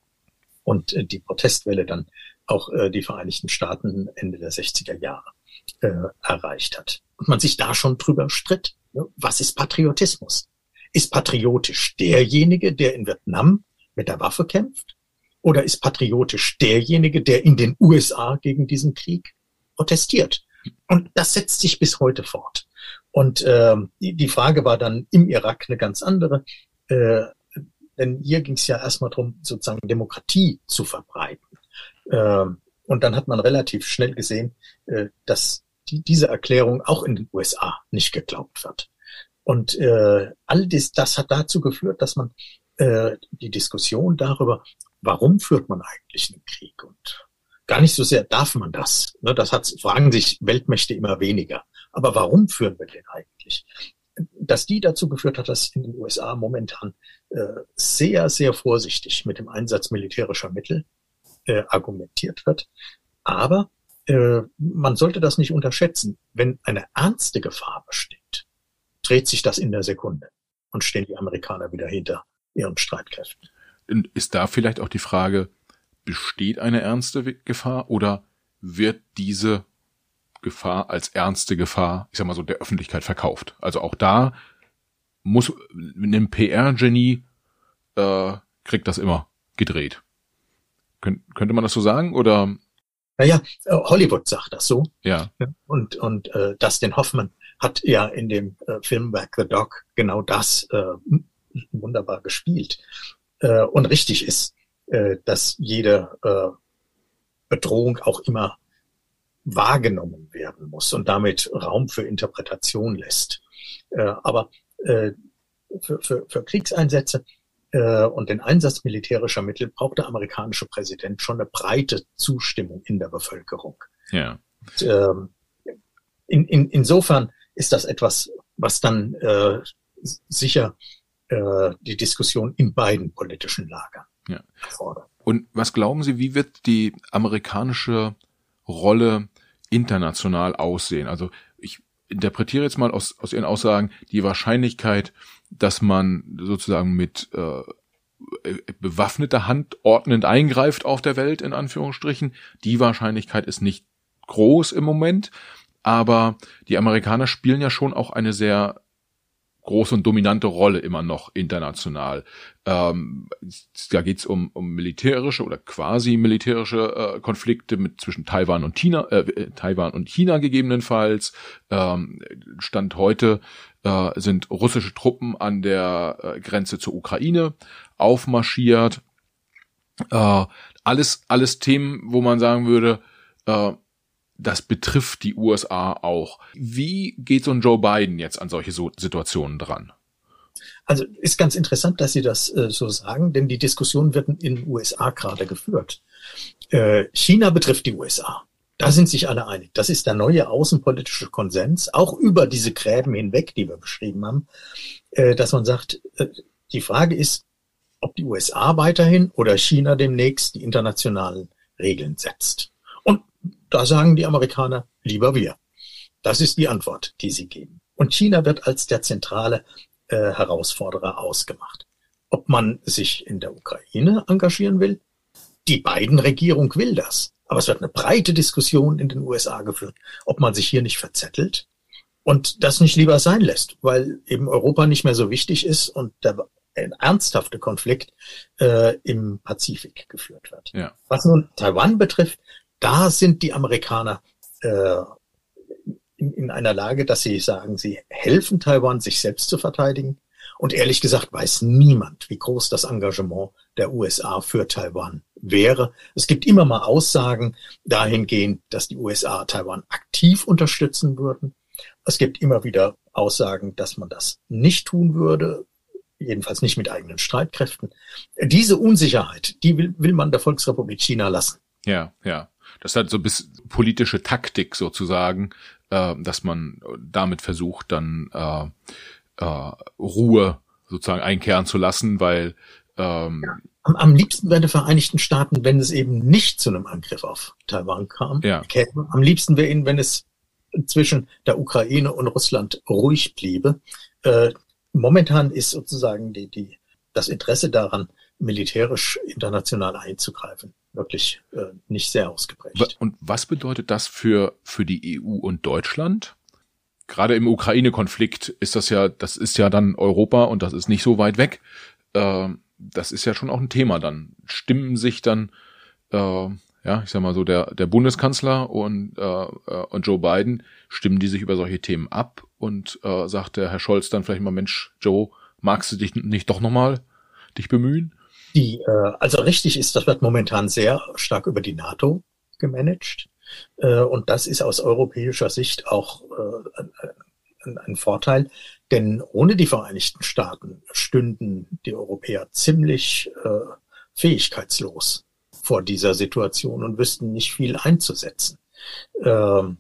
Und äh, die Protestwelle dann auch äh, die Vereinigten Staaten Ende der sechziger Jahre äh, erreicht hat. Und man sich da schon drüber stritt. Ne? Was ist Patriotismus? Ist patriotisch derjenige, der in Vietnam mit der Waffe kämpft? Oder ist patriotisch derjenige, der in den U S A gegen diesen Krieg protestiert? Und das setzt sich bis heute fort. Und äh, die, die Frage war dann im Irak eine ganz andere. Äh, denn hier ging es ja erstmal darum, sozusagen Demokratie zu verbreiten. Äh, und dann hat man relativ schnell gesehen, äh, dass die, diese Erklärung auch in den U S A nicht geglaubt wird. Und äh, all das, das hat dazu geführt, dass man äh, die Diskussion darüber, warum führt man eigentlich einen Krieg? Und gar nicht so sehr, darf man das? Ne, das hat, fragen sich Weltmächte immer weniger. Aber warum führen wir den eigentlich? Dass die dazu geführt hat, dass in den U S A momentan äh, sehr, sehr vorsichtig mit dem Einsatz militärischer Mittel äh, argumentiert wird. Aber äh, man sollte das nicht unterschätzen. Wenn eine ernste Gefahr besteht, dreht sich das in der Sekunde und stehen die Amerikaner wieder hinter ihren Streitkräften. Und ist da vielleicht auch die Frage, besteht eine ernste Gefahr oder wird diese Gefahr als ernste Gefahr, ich sag mal so, der Öffentlichkeit verkauft? Also auch da muss ein P R-Genie äh, kriegt das immer gedreht. Kön- könnte man das so sagen oder? Naja, Hollywood sagt das so. Ja. Und und äh, Dustin Hoffman hat ja in dem äh, Film Back the Dog genau das äh, wunderbar gespielt. Äh, und richtig ist, äh, dass jede äh, Bedrohung auch immer wahrgenommen werden muss und damit Raum für Interpretation lässt. Äh, aber äh, für, für, für Kriegseinsätze äh, und den Einsatz militärischer Mittel braucht der amerikanische Präsident schon eine breite Zustimmung in der Bevölkerung. Ja. Und, äh, in, in, insofern ist das etwas, was dann äh, sicher die Diskussion in beiden politischen Lagern ja. erfordert. Und was glauben Sie, wie wird die amerikanische Rolle international aussehen? Also ich interpretiere jetzt mal aus, aus Ihren Aussagen die Wahrscheinlichkeit, dass man sozusagen mit äh, bewaffneter Hand ordnend eingreift auf der Welt, in Anführungsstrichen. Die Wahrscheinlichkeit ist nicht groß im Moment. aber die Amerikaner spielen ja schon auch eine sehr große und dominante Rolle immer noch international. Ähm, da geht's um, um militärische oder quasi militärische äh, Konflikte mit zwischen Taiwan und China, äh, Taiwan und China gegebenenfalls. Ähm, Stand heute äh, sind russische Truppen an der äh, Grenze zur Ukraine aufmarschiert. Äh, alles, alles Themen, wo man sagen würde, äh, das betrifft die U S A auch. Wie geht so ein Joe Biden jetzt an solche so Situationen dran? Also ist ganz interessant, dass Sie das äh, so sagen, denn die Diskussion wird in den U S A gerade geführt. Äh, China betrifft die U S A. Da sind sich alle einig. Das ist der neue außenpolitische Konsens, auch über diese Gräben hinweg, die wir beschrieben haben, äh, dass man sagt, äh, die Frage ist, ob die U S A weiterhin oder China demnächst die internationalen Regeln setzt. Und da sagen die Amerikaner, lieber wir. Das ist die Antwort, die sie geben. Und China wird als der zentrale äh, Herausforderer ausgemacht. Ob man sich in der Ukraine engagieren will? Die Biden-Regierung will das. Aber es wird eine breite Diskussion in den U S A geführt, ob man sich hier nicht verzettelt und das nicht lieber sein lässt, weil eben Europa nicht mehr so wichtig ist und der ein ernsthafter Konflikt äh, im Pazifik geführt wird. Ja. Was nun Taiwan betrifft, da sind die Amerikaner äh, in, in einer Lage, dass sie sagen, sie helfen Taiwan, sich selbst zu verteidigen. Und ehrlich gesagt weiß niemand, wie groß das Engagement der U S A für Taiwan wäre. Es gibt immer mal Aussagen dahingehend, dass die U S A Taiwan aktiv unterstützen würden. Es gibt immer wieder Aussagen, dass man das nicht tun würde, jedenfalls nicht mit eigenen Streitkräften. Diese Unsicherheit, die will, will man der Volksrepublik China lassen. Ja, ja. Das ist halt so ein bisschen politische Taktik sozusagen, äh, dass man damit versucht, dann äh, äh, Ruhe sozusagen einkehren zu lassen, weil ähm, ja. am, am liebsten wären die Vereinigten Staaten, wenn es eben nicht zu einem Angriff auf Taiwan kam. Ja. Käme. Am liebsten wäre ihnen, wenn es zwischen der Ukraine und Russland ruhig bliebe. Äh, Momentan ist sozusagen die, die, das Interesse daran, militärisch international einzugreifen, wirklich äh, nicht sehr ausgeprägt. Und was bedeutet das für, für die E U und Deutschland? Gerade im Ukraine-Konflikt ist das ja, das ist ja dann Europa und das ist nicht so weit weg. Äh, das ist ja schon auch ein Thema dann. Stimmen sich dann, äh, ja, ich sag mal so, der, der Bundeskanzler und, äh, und Joe Biden, stimmen die sich über solche Themen ab? Und äh, sagt der Herr Scholz dann vielleicht mal, Mensch, Joe, magst du dich nicht doch nochmal dich bemühen? Die, äh, also richtig ist, das wird momentan sehr stark über die NATO gemanagt. Äh, und das ist aus europäischer Sicht auch äh, ein, ein Vorteil. Denn ohne die Vereinigten Staaten stünden die Europäer ziemlich äh, fähigkeitslos vor dieser Situation und wüssten nicht viel einzusetzen. Ähm,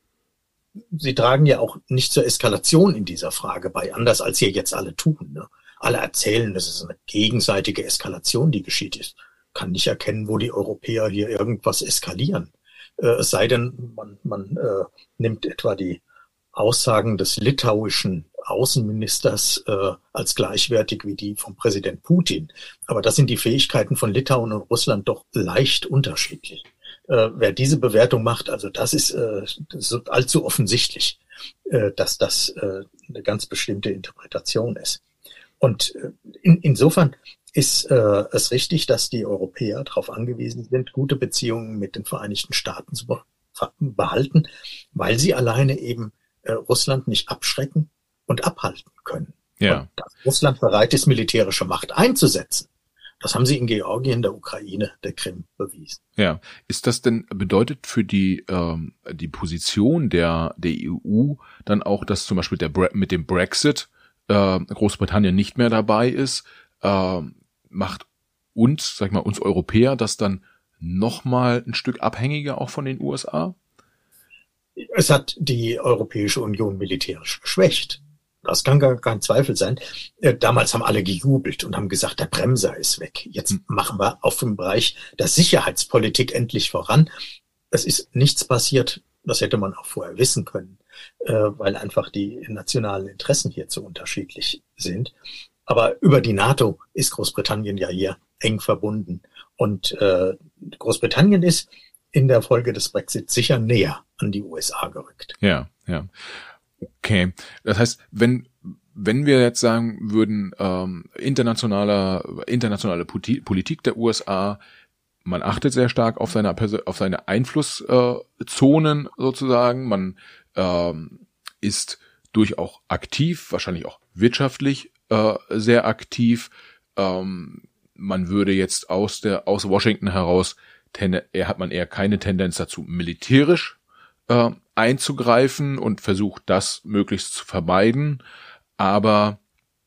Sie tragen ja auch nicht zur Eskalation in dieser Frage bei, anders als hier jetzt alle tun. Ne? Alle erzählen, das ist eine gegenseitige Eskalation, die geschieht ist. Kann nicht erkennen, wo die Europäer hier irgendwas eskalieren. Äh, es sei denn, man, man äh, nimmt etwa die Aussagen des litauischen Außenministers äh, als gleichwertig wie die vom Präsident Putin. Aber das sind die Fähigkeiten von Litauen und Russland doch leicht unterschiedlich. Äh, wer diese Bewertung macht, also das ist, äh, das ist allzu offensichtlich, äh, dass das äh, eine ganz bestimmte Interpretation ist. Und äh, in, insofern ist äh, es richtig, dass die Europäer darauf angewiesen sind, gute Beziehungen mit den Vereinigten Staaten zu be- behalten, weil sie alleine eben äh, Russland nicht abschrecken und abhalten können. Ja. Und dass Russland bereit ist, militärische Macht einzusetzen, das haben sie in Georgien, der Ukraine, der Krim bewiesen. Ja, ist das denn bedeutet für die ähm, die Position der der E U dann auch, dass zum Beispiel der Bre- mit dem Brexit äh, Großbritannien nicht mehr dabei ist, äh, macht uns, sag ich mal, uns Europäer das dann noch mal ein Stück abhängiger auch von den U S A? Es hat die Europäische Union militärisch geschwächt. Das kann gar kein Zweifel sein. Damals haben alle gejubelt und haben gesagt, der Bremser ist weg. Jetzt machen wir auf dem Bereich der Sicherheitspolitik endlich voran. Es ist nichts passiert. Das hätte man auch vorher wissen können, weil einfach die nationalen Interessen hier zu unterschiedlich sind. Aber über die NATO ist Großbritannien ja hier eng verbunden. Und Großbritannien ist in der Folge des Brexit sicher näher an die U S A gerückt. Ja, ja. Okay. Das heißt, wenn wenn wir jetzt sagen würden, ähm, internationale internationale Politik der U S A, man achtet sehr stark auf seine auf seine Einflusszonen sozusagen, man ähm, ist durchaus aktiv, wahrscheinlich auch wirtschaftlich äh, sehr aktiv. Ähm, man würde jetzt aus der aus Washington heraus tende, hat man eher keine Tendenz dazu, militärisch äh, einzugreifen und versucht, das möglichst zu vermeiden. Aber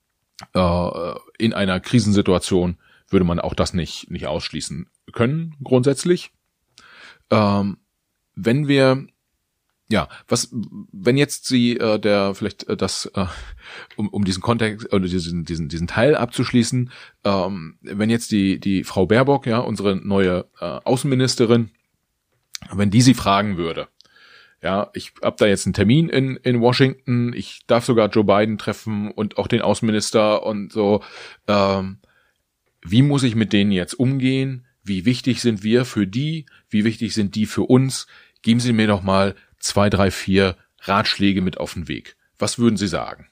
äh, in einer Krisensituation würde man auch das nicht nicht ausschließen können, grundsätzlich. Ähm, wenn wir Ja, was, wenn jetzt Sie äh, der vielleicht äh, das, äh, um um diesen Kontext oder diesen diesen diesen Teil abzuschließen, ähm, wenn jetzt die die Frau Baerbock, ja, unsere neue äh, Außenministerin, wenn die Sie fragen würde, ja, ich hab da jetzt einen Termin in in Washington, ich darf sogar Joe Biden treffen und auch den Außenminister und so, ähm, wie muss ich mit denen jetzt umgehen? Wie wichtig sind wir für die? Wie wichtig sind die für uns? Geben Sie mir doch mal zwei, drei, vier Ratschläge mit auf den Weg. Was würden Sie sagen?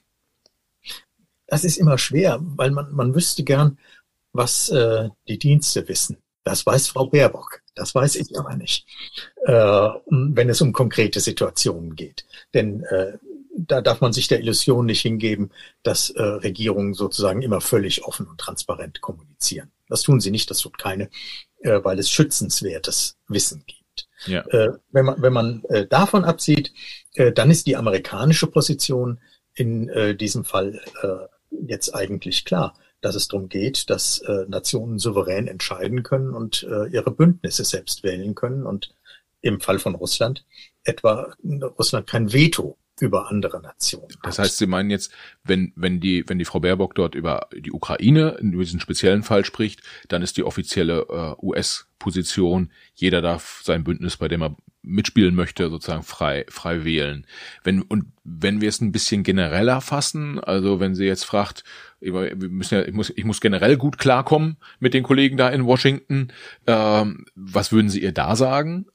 Das ist immer schwer, weil man, man wüsste gern, was äh, die Dienste wissen. Das weiß Frau Baerbock. Das weiß ich aber nicht, äh, wenn es um konkrete Situationen geht. Denn äh, da darf man sich der Illusion nicht hingeben, dass äh, Regierungen sozusagen immer völlig offen und transparent kommunizieren. Das tun sie nicht, das tut keine, äh, weil es schützenswertes Wissen gibt. Ja. Äh, wenn man, wenn man äh, davon absieht, äh, dann ist die amerikanische Position in äh, diesem Fall äh, jetzt eigentlich klar, dass es darum geht, dass äh, Nationen souverän entscheiden können und äh, ihre Bündnisse selbst wählen können und im Fall von Russland etwa Russland kein Veto über andere Nationen. Das heißt, Sie meinen jetzt, wenn wenn die wenn die Frau Baerbock dort über die Ukraine in diesem speziellen Fall spricht, dann ist die offizielle äh, U S-Position, jeder darf sein Bündnis, bei dem er mitspielen möchte, sozusagen frei frei wählen. Wenn und wenn wir es ein bisschen genereller fassen, also wenn sie jetzt fragt, wir müssen ja, ich muss ich muss generell gut klarkommen mit den Kollegen da in Washington, ähm, was würden Sie ihr da sagen?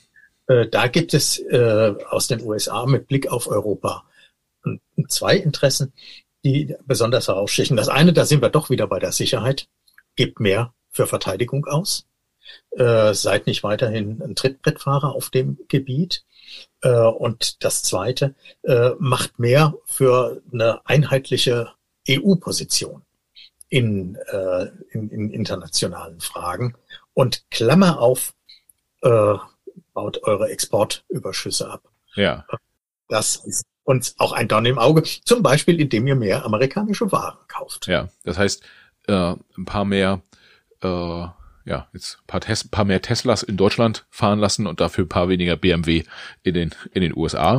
Da gibt es äh, aus den U S A mit Blick auf Europa zwei Interessen, die besonders herausstechen. Das eine, da sind wir doch wieder bei der Sicherheit, gebt mehr für Verteidigung aus, äh, seid nicht weiterhin ein Trittbrettfahrer auf dem Gebiet. Äh, und das zweite, äh, macht mehr für eine einheitliche E U-Position in, äh, in, in internationalen Fragen und Klammer auf, äh, baut eure Exportüberschüsse ab. Ja. Das ist uns auch ein Dorn im Auge, zum Beispiel, indem ihr mehr amerikanische Waren kauft. Ja, das heißt, äh, ein paar mehr, äh, ja, jetzt ein paar, Tes- paar mehr Teslas in Deutschland fahren lassen und dafür ein paar weniger B M W in den in den U S A.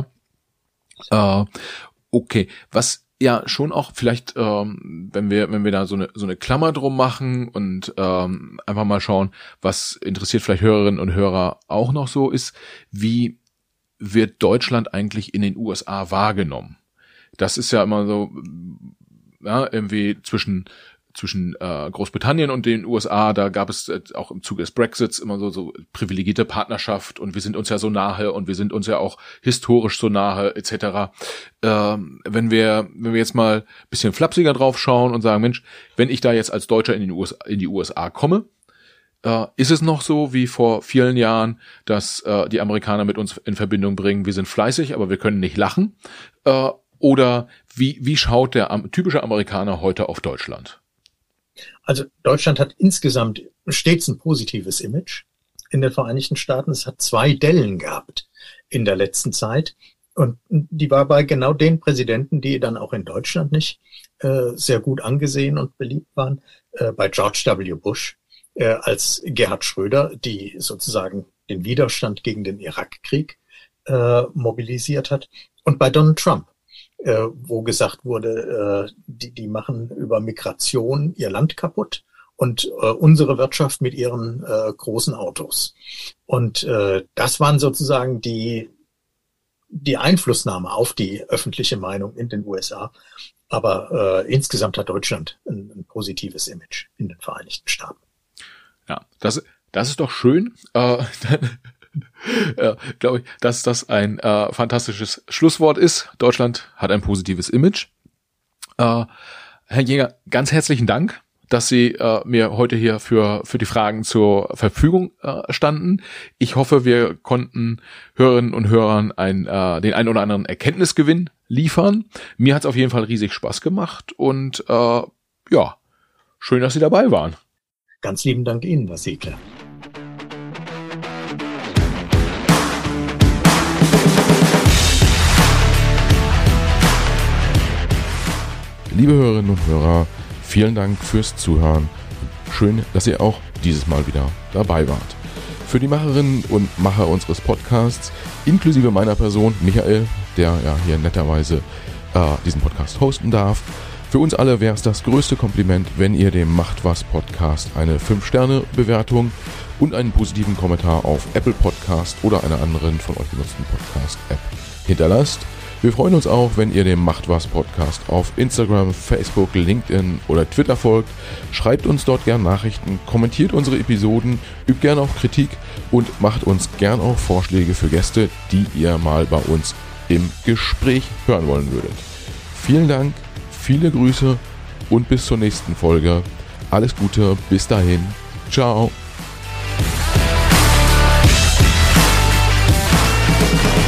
Äh, okay, was ja schon auch vielleicht, ähm, wenn wir wenn wir da so eine so eine Klammer drum machen und ähm, einfach mal schauen, was interessiert vielleicht Hörerinnen und Hörer auch noch so ist, wie wird Deutschland eigentlich in den U S A wahrgenommen? Das ist ja immer so, ja, irgendwie zwischen zwischen äh, Großbritannien und den U S A, da gab es äh, auch im Zuge des Brexits immer so so privilegierte Partnerschaft und wir sind uns ja so nahe und wir sind uns ja auch historisch so nahe et cetera. Ähm, wenn wir wenn wir jetzt mal ein bisschen flapsiger drauf schauen und sagen, Mensch, wenn ich da jetzt als Deutscher in den U S A, in die U S A komme, äh, ist es noch so wie vor vielen Jahren, dass äh, die Amerikaner mit uns in Verbindung bringen, wir sind fleißig, aber wir können nicht lachen? Äh, oder wie wie schaut der um, typische Amerikaner heute auf Deutschland? Also Deutschland hat insgesamt stets ein positives Image in den Vereinigten Staaten. Es hat zwei Dellen gehabt in der letzten Zeit. Und die war bei genau den Präsidenten, die dann auch in Deutschland nicht äh, sehr gut angesehen und beliebt waren. Äh, bei George W. Bush, äh, als Gerhard Schröder, die sozusagen den Widerstand gegen den Irakkrieg äh, mobilisiert hat. Und bei Donald Trump, Äh, wo gesagt wurde, äh, die, die machen über Migration ihr Land kaputt und äh, unsere Wirtschaft mit ihren äh, großen Autos. Und äh, das waren sozusagen die, die Einflussnahme auf die öffentliche Meinung in den U S A. Aber äh, insgesamt hat Deutschland ein, ein positives Image in den Vereinigten Staaten. Ja, das, das ist doch schön. Äh, dann Ja, glaube ich, dass das ein äh, fantastisches Schlusswort ist. Deutschland hat ein positives Image. Äh, Herr Jäger, ganz herzlichen Dank, dass Sie äh, mir heute hier für für die Fragen zur Verfügung äh, standen. Ich hoffe, wir konnten Hörerinnen und Hörern ein, äh, den einen oder anderen Erkenntnisgewinn liefern. Mir hat es auf jeden Fall riesig Spaß gemacht und äh, ja, schön, dass Sie dabei waren. Ganz lieben Dank Ihnen, Herr Siegler. Liebe Hörerinnen und Hörer, vielen Dank fürs Zuhören. Schön, dass ihr auch dieses Mal wieder dabei wart. Für die Macherinnen und Macher unseres Podcasts, inklusive meiner Person, Michael, der ja hier netterweise äh, diesen Podcast hosten darf, für uns alle wäre es das größte Kompliment, wenn ihr dem Macht was Podcast eine fünf Sterne Bewertung und einen positiven Kommentar auf Apple Podcast oder einer anderen von euch genutzten Podcast-App hinterlasst. Wir freuen uns auch, wenn ihr dem Macht was Podcast auf Instagram, Facebook, LinkedIn oder Twitter folgt. Schreibt uns dort gern Nachrichten, kommentiert unsere Episoden, übt gern auch Kritik und macht uns gern auch Vorschläge für Gäste, die ihr mal bei uns im Gespräch hören wollen würdet. Vielen Dank, viele Grüße und bis zur nächsten Folge. Alles Gute, bis dahin. Ciao.